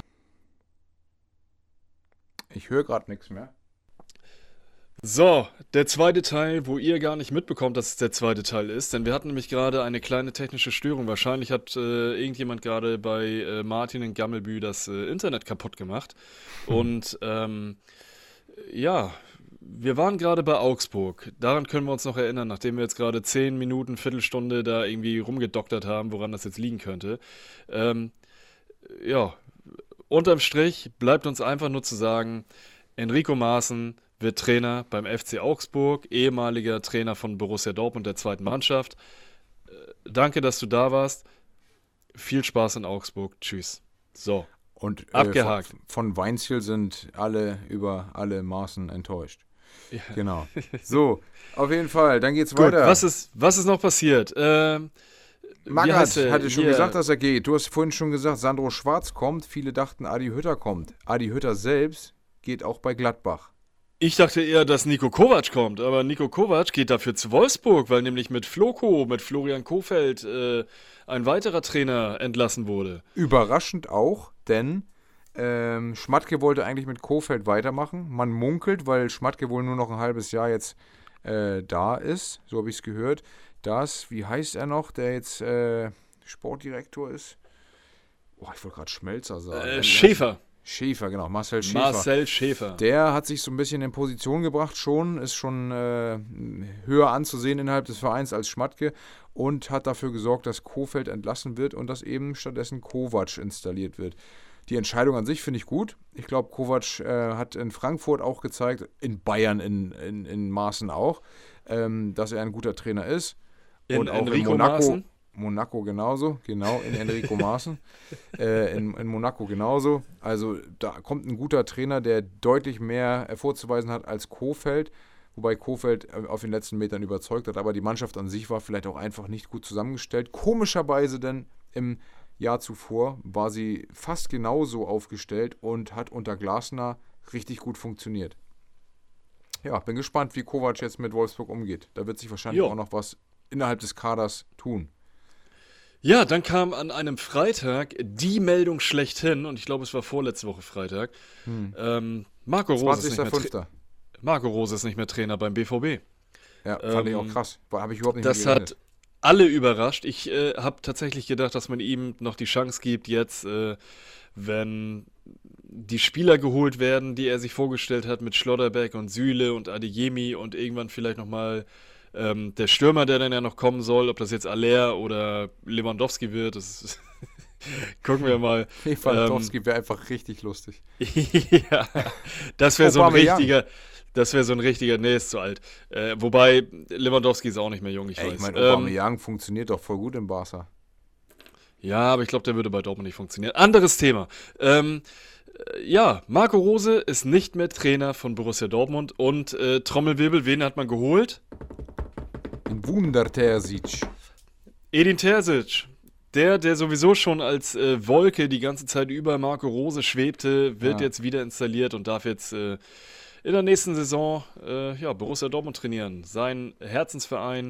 Speaker 2: Ich höre gerade nichts mehr.
Speaker 1: So, der zweite Teil, wo ihr gar nicht mitbekommt, dass es der zweite Teil ist, denn wir hatten nämlich gerade eine kleine technische Störung. Wahrscheinlich hat irgendjemand gerade bei Martin in Gammelbü das Internet kaputt gemacht. Und wir waren gerade bei Augsburg. Daran können wir uns noch erinnern, nachdem wir jetzt gerade 10 Minuten, Viertelstunde da irgendwie rumgedoktert haben, woran das jetzt liegen könnte. Unterm Strich bleibt uns einfach nur zu sagen, Enrico Maaßen wird Trainer beim FC Augsburg, ehemaliger Trainer von Borussia Dortmund der zweiten Mannschaft. Danke, dass du da warst. Viel Spaß in Augsburg. Tschüss. So,
Speaker 2: Und
Speaker 1: abgehakt.
Speaker 2: von Weinziel sind alle über alle Maßen enttäuscht.
Speaker 1: Ja.
Speaker 2: Genau. So, auf jeden Fall, dann geht's
Speaker 1: Gut,
Speaker 2: weiter.
Speaker 1: was ist noch passiert? Wie
Speaker 2: Magath
Speaker 1: heißt er?
Speaker 2: hatte schon
Speaker 1: Hier.
Speaker 2: gesagt, dass er geht. Du hast vorhin schon gesagt, Sandro Schwarz kommt. Viele dachten, Adi Hütter kommt. Adi Hütter selbst geht auch bei Gladbach.
Speaker 1: Ich dachte eher, dass Niko Kovac kommt, aber Niko Kovac geht dafür zu Wolfsburg, weil nämlich mit Florian Kohfeldt, ein weiterer Trainer entlassen wurde.
Speaker 2: Überraschend auch, denn Schmatke wollte eigentlich mit Kohfeldt weitermachen. Man munkelt, weil Schmatke wohl nur noch ein halbes Jahr jetzt da ist, so habe ich es gehört, dass, wie heißt er noch, der jetzt Sportdirektor ist? Oh, ich wollte gerade Schmelzer sagen.
Speaker 1: Schäfer.
Speaker 2: Schäfer, genau, Marcel Schäfer.
Speaker 1: Marcel Schäfer.
Speaker 2: Der hat sich so ein bisschen in Position gebracht schon, ist schon höher anzusehen innerhalb des Vereins als Schmatke und hat dafür gesorgt, dass Kohfeldt entlassen wird und dass eben stattdessen Kovac installiert wird. Die Entscheidung an sich finde ich gut. Ich glaube, Kovac hat in Frankfurt auch gezeigt, in Bayern in Maaßen auch, dass er ein guter Trainer ist. Und auch
Speaker 1: Enrico
Speaker 2: in Monaco.
Speaker 1: Maaßen?
Speaker 2: Monaco genauso, genau, in Enrico Maaßen. In Monaco genauso. Also da kommt ein guter Trainer, der deutlich mehr vorzuweisen hat als Kohfeldt, wobei Kohfeldt auf den letzten Metern überzeugt hat, aber die Mannschaft an sich war vielleicht auch einfach nicht gut zusammengestellt. Komischerweise denn im Jahr zuvor war sie fast genauso aufgestellt und hat unter Glasner richtig gut funktioniert. Ja, bin gespannt, wie Kovac jetzt mit Wolfsburg umgeht. Da wird sich wahrscheinlich auch noch was innerhalb des Kaders tun.
Speaker 1: Ja, dann kam an einem Freitag die Meldung schlechthin, und ich glaube, es war vorletzte Woche Freitag. Marco Rose ist nicht mehr Trainer beim BVB.
Speaker 2: Ja, fand ich auch krass. Habe ich überhaupt nicht
Speaker 1: Das
Speaker 2: mehr gerechnet.
Speaker 1: hat alle überrascht. Ich habe tatsächlich gedacht, dass man ihm noch die Chance gibt, jetzt, wenn die Spieler geholt werden, die er sich vorgestellt hat, mit Schlotterbeck und Süle und Adeyemi und irgendwann vielleicht nochmal der Stürmer, der dann ja noch kommen soll, ob das jetzt Aller oder Lewandowski wird, das gucken wir mal.
Speaker 2: Lewandowski wäre einfach richtig lustig.
Speaker 1: Ja, das wäre so ein richtiger, nee, ist zu alt. Wobei, Lewandowski ist auch nicht mehr jung, ich weiß.
Speaker 2: Ich meine, Aubameyang funktioniert doch voll gut im Barca.
Speaker 1: Ja, aber ich glaube, der würde bei Dortmund nicht funktionieren. Anderes Thema. Ja, Marco Rose ist nicht mehr Trainer von Borussia Dortmund und Trommelwirbel, wen hat man geholt?
Speaker 2: Wunder Terzic.
Speaker 1: Edin Terzic. Der sowieso schon als Wolke die ganze Zeit über Marco Rose schwebte, wird jetzt wieder installiert und darf jetzt in der nächsten Saison Borussia Dortmund trainieren. Sein Herzensverein.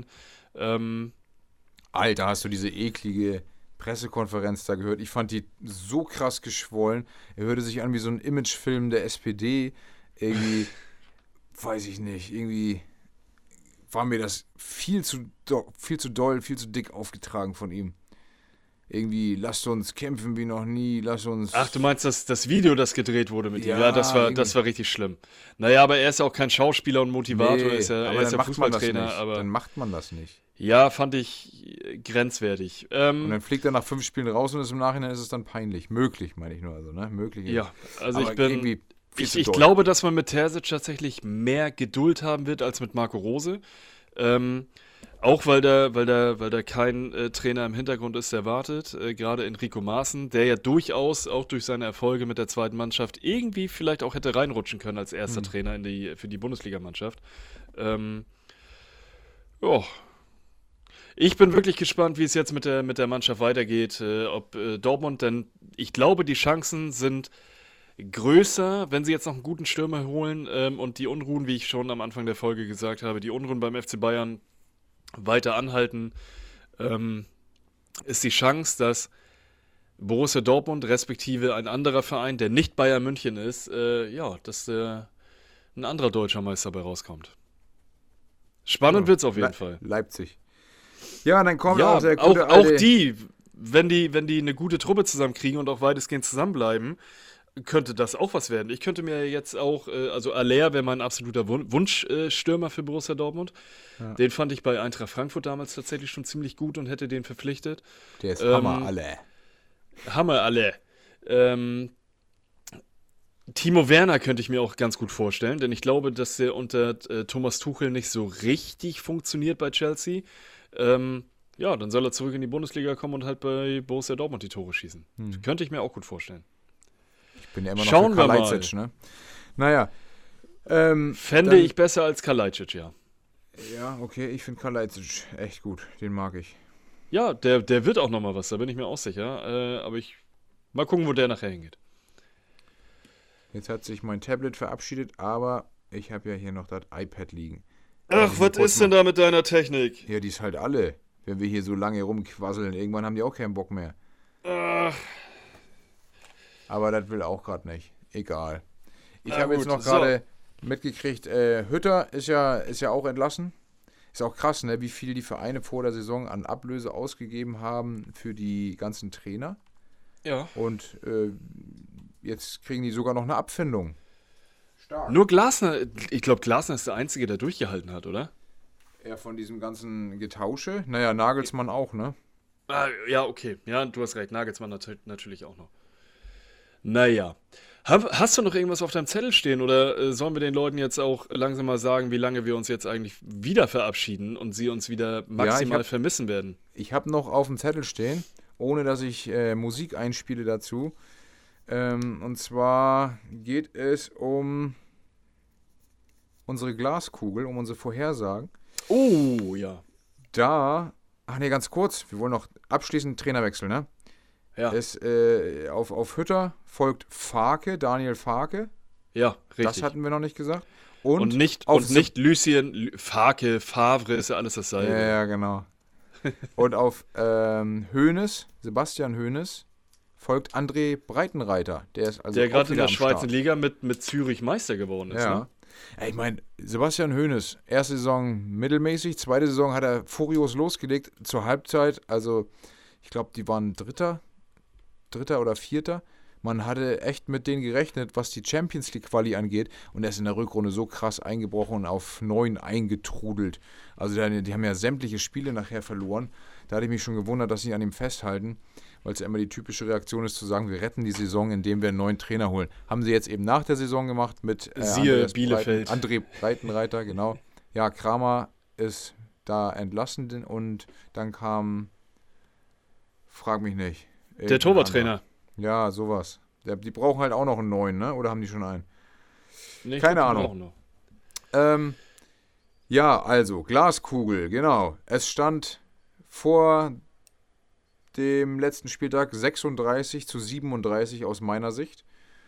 Speaker 2: Alter, hast du diese eklige Pressekonferenz da gehört? Ich fand die so krass geschwollen. Er hörte sich an wie so ein Imagefilm der SPD. Irgendwie, weiß ich nicht, irgendwie war mir das viel zu doll, viel zu dick aufgetragen von ihm. Irgendwie, lasst uns kämpfen wie noch nie, lasst uns...
Speaker 1: Ach, du meinst das Video, das gedreht wurde mit ihm? Ja, das war richtig schlimm. Naja, aber er ist ja auch kein Schauspieler und Motivator, er ist ja Fußballtrainer. Aber
Speaker 2: dann macht man das nicht.
Speaker 1: Ja, fand ich grenzwertig.
Speaker 2: Und dann fliegt er nach 5 Spielen raus und im Nachhinein ist es dann peinlich. Möglich, meine ich nur, also, ne? Möglich.
Speaker 1: Ja, also
Speaker 2: aber
Speaker 1: ich glaube, dass man mit Terzic tatsächlich mehr Geduld haben wird als mit Marco Rose. Auch weil da kein Trainer im Hintergrund ist, der wartet. Gerade Enrico Maaßen, der ja durchaus auch durch seine Erfolge mit der zweiten Mannschaft irgendwie vielleicht auch hätte reinrutschen können als erster Trainer für die Bundesligamannschaft. Ich bin wirklich gespannt, wie es jetzt mit der Mannschaft weitergeht. Ob Dortmund, denn ich glaube, die Chancen sind größer, wenn sie jetzt noch einen guten Stürmer holen und die Unruhen, wie ich schon am Anfang der Folge gesagt habe, die Unruhen beim FC Bayern weiter anhalten, ist die Chance, dass Borussia Dortmund respektive ein anderer Verein, der nicht Bayern München ist, dass ein anderer deutscher Meister bei rauskommt. Spannend wird's auf jeden Fall.
Speaker 2: Leipzig. Ja, dann kommt
Speaker 1: ja,
Speaker 2: auch der gute
Speaker 1: auch die, wenn die eine gute Truppe zusammenkriegen und auch weitestgehend zusammenbleiben, könnte das auch was werden. Ich könnte mir jetzt auch, also Aller wäre mein absoluter Wunschstürmer für Borussia Dortmund. Ja. Den fand ich bei Eintracht Frankfurt damals tatsächlich schon ziemlich gut und hätte den verpflichtet.
Speaker 2: Der ist Hammer Aller.
Speaker 1: Hammer Aller. Timo Werner könnte ich mir auch ganz gut vorstellen, denn ich glaube, dass der unter Thomas Tuchel nicht so richtig funktioniert bei Chelsea. Ja, dann soll er zurück in die Bundesliga kommen und halt bei Borussia Dortmund die Tore schießen. Könnte ich mir auch gut vorstellen.
Speaker 2: Ich bin ja immer noch
Speaker 1: Schauen
Speaker 2: für
Speaker 1: wir
Speaker 2: Kalajdzic, ne? Naja.
Speaker 1: Fände
Speaker 2: dann-
Speaker 1: ich besser als Kalajdzic, ja.
Speaker 2: Ja, okay, ich finde Kalajdzic echt gut. Den mag ich.
Speaker 1: Ja, der wird auch nochmal was, da bin ich mir auch sicher. Aber mal gucken, wo der nachher hingeht.
Speaker 2: Jetzt hat sich mein Tablet verabschiedet, aber ich habe ja hier noch das iPad liegen.
Speaker 1: Ach, was ist denn da mit deiner Technik?
Speaker 2: Ja, die ist halt alle. Wenn wir hier so lange rumquasseln, irgendwann haben die auch keinen Bock mehr.
Speaker 1: Ach,
Speaker 2: Aber das will auch gerade nicht. Egal. Ich
Speaker 1: Na
Speaker 2: habe jetzt
Speaker 1: gut,
Speaker 2: noch gerade mitgekriegt, Hütter ist ja auch entlassen. Ist auch krass, ne, wie viel die Vereine vor der Saison an Ablöse ausgegeben haben für die ganzen Trainer.
Speaker 1: ja.
Speaker 2: Und jetzt kriegen die sogar noch eine Abfindung. Stark.
Speaker 1: Nur Glasner, ich glaube, Glasner ist der Einzige, der durchgehalten hat, oder?
Speaker 2: Ja, von diesem ganzen Getausche. Naja, Nagelsmann auch, ne?
Speaker 1: Ah, ja, okay. Ja, du hast recht. Nagelsmann natürlich auch noch. Naja. Hast du noch irgendwas auf deinem Zettel stehen oder sollen wir den Leuten jetzt auch langsam mal sagen, wie lange wir uns jetzt eigentlich wieder verabschieden und sie uns wieder maximal vermissen werden?
Speaker 2: Ich habe noch auf dem Zettel stehen, ohne dass ich Musik einspiele dazu. Und zwar geht es um unsere Glaskugel, um unsere Vorhersagen.
Speaker 1: Oh, ja.
Speaker 2: Ach nee, ganz kurz, wir wollen noch abschließend Trainerwechsel, ne?
Speaker 1: Ja,
Speaker 2: Auf Hütter folgt Farke, Daniel Farke.
Speaker 1: ja, richtig.
Speaker 2: Das hatten wir noch nicht gesagt.
Speaker 1: und nicht Lucien, Farke, Favre ist ja alles dasselbe.
Speaker 2: Ja, genau. Und auf Hoeneß, Sebastian Hoeneß, folgt André Breitenreiter. Der ist also
Speaker 1: Der
Speaker 2: auch
Speaker 1: gerade in
Speaker 2: wieder
Speaker 1: der
Speaker 2: am
Speaker 1: Schweizer
Speaker 2: Start.
Speaker 1: Liga mit Zürich Meister geworden ist.
Speaker 2: Ja.
Speaker 1: Ne?
Speaker 2: Ja, ich meine, Sebastian Hoeneß, erste Saison mittelmäßig, zweite Saison hat er furios losgelegt zur Halbzeit. Also, ich glaube, die waren Dritter oder Vierter. Man hatte echt mit denen gerechnet, was die Champions League Quali angeht. Und er ist in der Rückrunde so krass eingebrochen und auf 9 eingetrudelt. Also die haben ja sämtliche Spiele nachher verloren. Da hatte ich mich schon gewundert, dass sie an ihm festhalten, weil es ja immer die typische Reaktion ist, zu sagen, wir retten die Saison, indem wir einen neuen Trainer holen. Haben sie jetzt eben nach der Saison gemacht mit
Speaker 1: Siehe Bielefeld.
Speaker 2: André Breitenreiter, genau. Ja, Kramer ist da entlassen und dann kam, frag mich nicht.
Speaker 1: Der Torwarttrainer.
Speaker 2: Ja, sowas. Die brauchen halt auch noch einen neuen, ne? Oder haben die schon einen?
Speaker 1: Nee, ich
Speaker 2: Keine
Speaker 1: glaub, die
Speaker 2: Ahnung.
Speaker 1: brauchen noch.
Speaker 2: Ja, also, Glaskugel, genau. Es stand vor dem letzten Spieltag 36-37 aus meiner Sicht.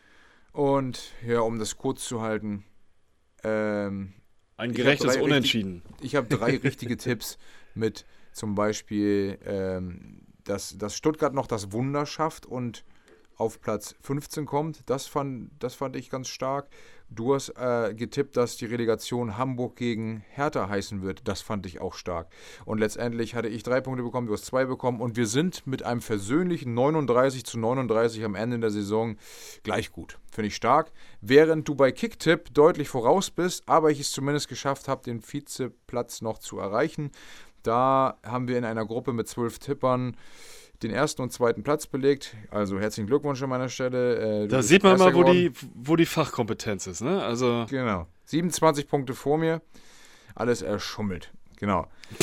Speaker 2: Und ja, um das kurz zu halten,
Speaker 1: Ein
Speaker 2: ich
Speaker 1: gerechtes
Speaker 2: hab
Speaker 1: Unentschieden.
Speaker 2: ich habe 3 richtige Tipps mit zum Beispiel, dass Stuttgart noch das Wunder schafft und auf Platz 15 kommt. Das fand ich ganz stark. Du hast getippt, dass die Relegation Hamburg gegen Hertha heißen wird. Das fand ich auch stark. Und letztendlich hatte ich 3 Punkte bekommen, du hast 2 bekommen. Und wir sind mit einem versöhnlichen 39-39 am Ende der Saison gleich gut. Finde ich stark. Während du bei Kicktipp deutlich voraus bist, aber ich es zumindest geschafft habe, den Vizeplatz noch zu erreichen. Da haben wir in einer Gruppe mit 12 Tippern den ersten und zweiten Platz belegt. Also herzlichen Glückwunsch an meiner Stelle.
Speaker 1: Da sieht man mal, wo die Fachkompetenz ist, ne? Also.
Speaker 2: Genau. 27 Punkte vor mir. Alles erschummelt. Genau.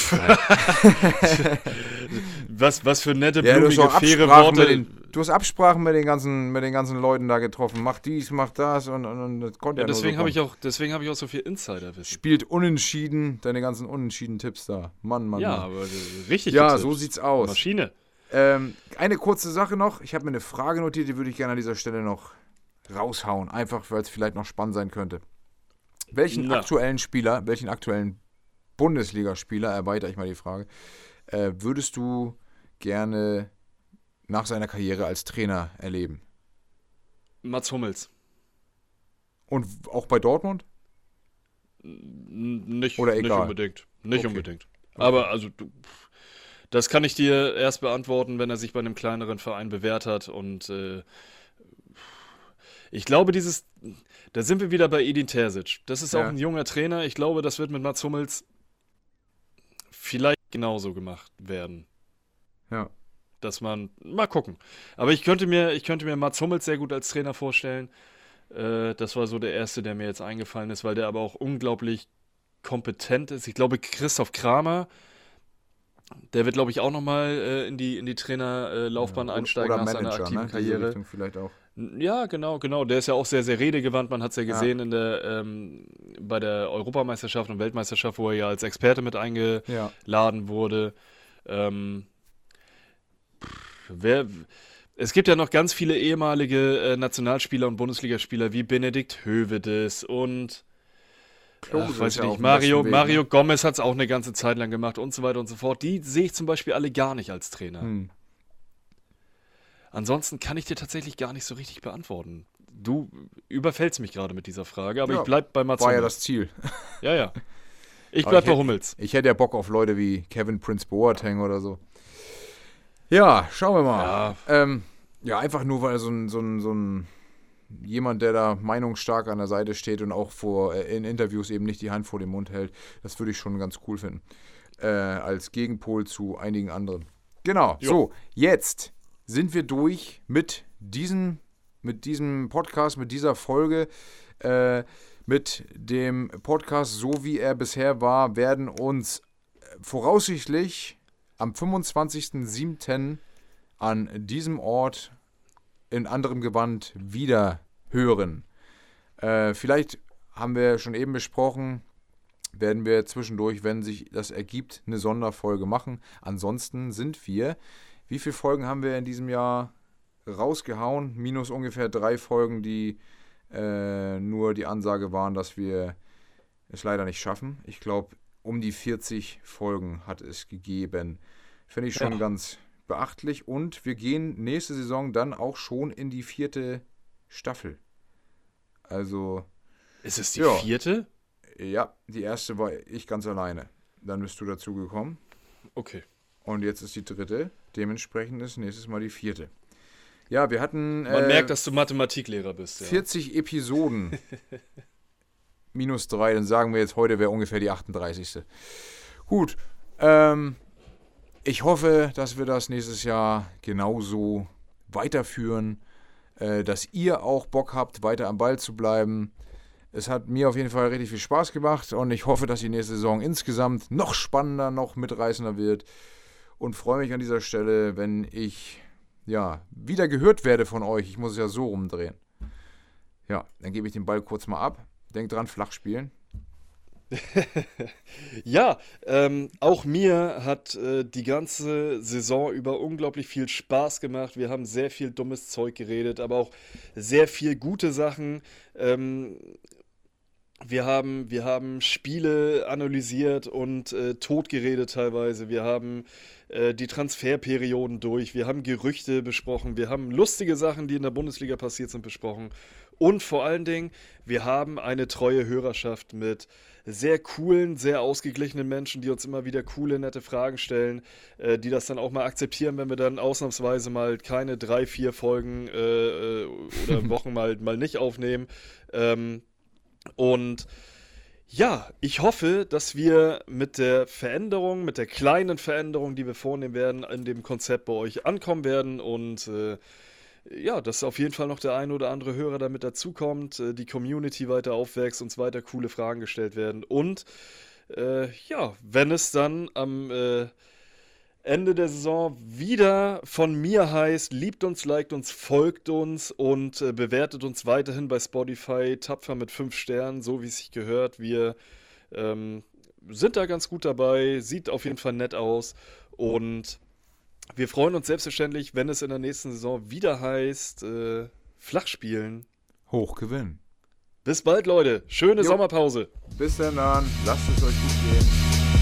Speaker 1: Was für nette,
Speaker 2: Ja,
Speaker 1: blumige, faire Worte.
Speaker 2: du hast Absprachen mit den ganzen Leuten da getroffen. Mach dies, mach das und das konnte
Speaker 1: Ja,
Speaker 2: ja nur so
Speaker 1: deswegen habe ich auch so viel Insiderwissen.
Speaker 2: Spielt unentschieden, deine ganzen unentschieden Tipps da. Mann.
Speaker 1: Ja, aber richtig
Speaker 2: Ja,
Speaker 1: getippt.
Speaker 2: so sieht's aus.
Speaker 1: Maschine.
Speaker 2: Eine kurze Sache noch. Ich habe mir eine Frage notiert, die würde ich gerne an dieser Stelle noch raushauen. Einfach, weil es vielleicht noch spannend sein könnte. Welchen aktuellen Bundesligaspieler, erweitere ich mal die Frage, würdest du gerne nach seiner Karriere als Trainer erleben?
Speaker 1: Mats Hummels.
Speaker 2: Und auch bei Dortmund?
Speaker 1: Nicht
Speaker 2: Oder egal?
Speaker 1: unbedingt.
Speaker 2: Okay.
Speaker 1: Unbedingt. Aber also das kann ich dir erst beantworten, wenn er sich bei einem kleineren Verein bewährt hat. Und ich glaube, da sind wir wieder bei Edin Terzic. Das ist auch ein junger Trainer. Ich glaube, das wird mit Mats Hummels vielleicht genauso gemacht werden.
Speaker 2: Ja.
Speaker 1: Dass man, mal gucken. Aber ich könnte mir Mats Hummels sehr gut als Trainer vorstellen. Das war so der erste, der mir jetzt eingefallen ist, weil der aber auch unglaublich kompetent ist. Ich glaube, Christoph Kramer Der wird, glaube ich, auch nochmal in die Trainerlaufbahn einsteigen
Speaker 2: Oder
Speaker 1: nach seiner
Speaker 2: Manager,
Speaker 1: aktiven
Speaker 2: ne? Diese
Speaker 1: Karriere.
Speaker 2: Richtung vielleicht auch.
Speaker 1: Ja, genau. Der ist ja auch sehr, sehr redegewandt. Man hat es ja
Speaker 2: Ja.
Speaker 1: gesehen bei der Europameisterschaft und Weltmeisterschaft, wo er ja als Experte mit
Speaker 2: Ja.
Speaker 1: eingeladen wurde. Ähm, Es gibt ja noch ganz viele ehemalige Nationalspieler und Bundesligaspieler wie Benedikt Hövedes und
Speaker 2: Klose
Speaker 1: weiß
Speaker 2: ist
Speaker 1: ich
Speaker 2: ja
Speaker 1: nicht,
Speaker 2: auf dem besten Weg,
Speaker 1: Mario
Speaker 2: ne?
Speaker 1: Gomez hat es auch eine ganze Zeit lang gemacht und so weiter und so fort. Die sehe ich zum Beispiel alle gar nicht als Trainer. Ansonsten kann ich dir tatsächlich gar nicht so richtig beantworten. Du überfällst mich gerade mit dieser Frage, aber
Speaker 2: Ja,
Speaker 1: ich bleib bei Mats
Speaker 2: War ja
Speaker 1: Hummels.
Speaker 2: das Ziel.
Speaker 1: Ja. Ich
Speaker 2: Aber
Speaker 1: bleib
Speaker 2: ich
Speaker 1: bei
Speaker 2: hätt-
Speaker 1: Hummels.
Speaker 2: Ich hätte ja Bock auf Leute wie Kevin Prince Boateng oder so. Ja, schauen wir mal. Ja, einfach nur, weil so ein jemand, der da meinungsstark an der Seite steht und auch in Interviews eben nicht die Hand vor den Mund hält, das würde ich schon ganz cool finden. Als Gegenpol zu einigen anderen. Genau,
Speaker 1: Jo.
Speaker 2: so, jetzt sind wir durch mit diesem Podcast, mit dieser Folge. Mit dem Podcast, so wie er bisher war, werden uns voraussichtlich am 25.07. an diesem Ort in anderem Gewand wieder hören. Vielleicht haben wir schon eben besprochen, werden wir zwischendurch, wenn sich das ergibt, eine Sonderfolge machen. Ansonsten sind wir, wie viele Folgen haben wir in diesem Jahr rausgehauen? Minus ungefähr 3 Folgen, die nur die Ansage waren, dass wir es leider nicht schaffen. Ich glaube, um die 40 Folgen hat es gegeben. Finde ich schon ganz beachtlich. Und wir gehen nächste Saison dann auch schon in die 4. Staffel. Also,
Speaker 1: Ist es die
Speaker 2: Ja.
Speaker 1: 4.?
Speaker 2: ja, die erste war ich ganz alleine. Dann bist du dazu gekommen.
Speaker 1: Okay.
Speaker 2: Und jetzt ist die 3. Dementsprechend ist nächstes Mal die 4. Ja, wir hatten
Speaker 1: Man merkt, dass du Mathematiklehrer bist. Ja.
Speaker 2: 40 Episoden. Minus 3, dann sagen wir jetzt, heute wäre ungefähr die 38. Gut. Ich hoffe, dass wir das nächstes Jahr genauso weiterführen, dass ihr auch Bock habt, weiter am Ball zu bleiben. Es hat mir auf jeden Fall richtig viel Spaß gemacht und ich hoffe, dass die nächste Saison insgesamt noch spannender, noch mitreißender wird und freue mich an dieser Stelle, wenn ich wieder gehört werde von euch. Ich muss es ja so rumdrehen. Ja, dann gebe ich den Ball kurz mal ab. Denkt dran, flach spielen.
Speaker 1: Ja, auch mir hat die ganze Saison über unglaublich viel Spaß gemacht. Wir haben sehr viel dummes Zeug geredet, aber auch sehr viel gute Sachen. Wir haben Spiele analysiert und totgeredet teilweise. Wir haben die Transferperioden durch. Wir haben Gerüchte besprochen. Wir haben lustige Sachen, die in der Bundesliga passiert sind, besprochen. Und vor allen Dingen, wir haben eine treue Hörerschaft mit sehr coolen, sehr ausgeglichenen Menschen, die uns immer wieder coole, nette Fragen stellen, die das dann auch mal akzeptieren, wenn wir dann ausnahmsweise mal keine 3, 4 Folgen oder Wochen mal nicht aufnehmen. Und ja, ich hoffe, dass wir mit der Veränderung, mit der kleinen Veränderung, die wir vornehmen werden, in dem Konzept bei euch ankommen werden und dass auf jeden Fall noch der ein oder andere Hörer damit dazukommt, die Community weiter aufwächst, uns weiter coole Fragen gestellt werden und wenn es dann am Ende der Saison wieder von mir heißt, liebt uns, liked uns, folgt uns und bewertet uns weiterhin bei Spotify tapfer mit 5 Sternen, so wie es sich gehört. Wir sind da ganz gut dabei, sieht auf jeden Fall nett aus und wir freuen uns selbstverständlich, wenn es in der nächsten Saison wieder heißt, flach spielen.
Speaker 2: Hoch gewinnen.
Speaker 1: Bis bald, Leute. Schöne
Speaker 2: Jo.
Speaker 1: Sommerpause.
Speaker 2: Bis dann. Lasst es euch gut gehen.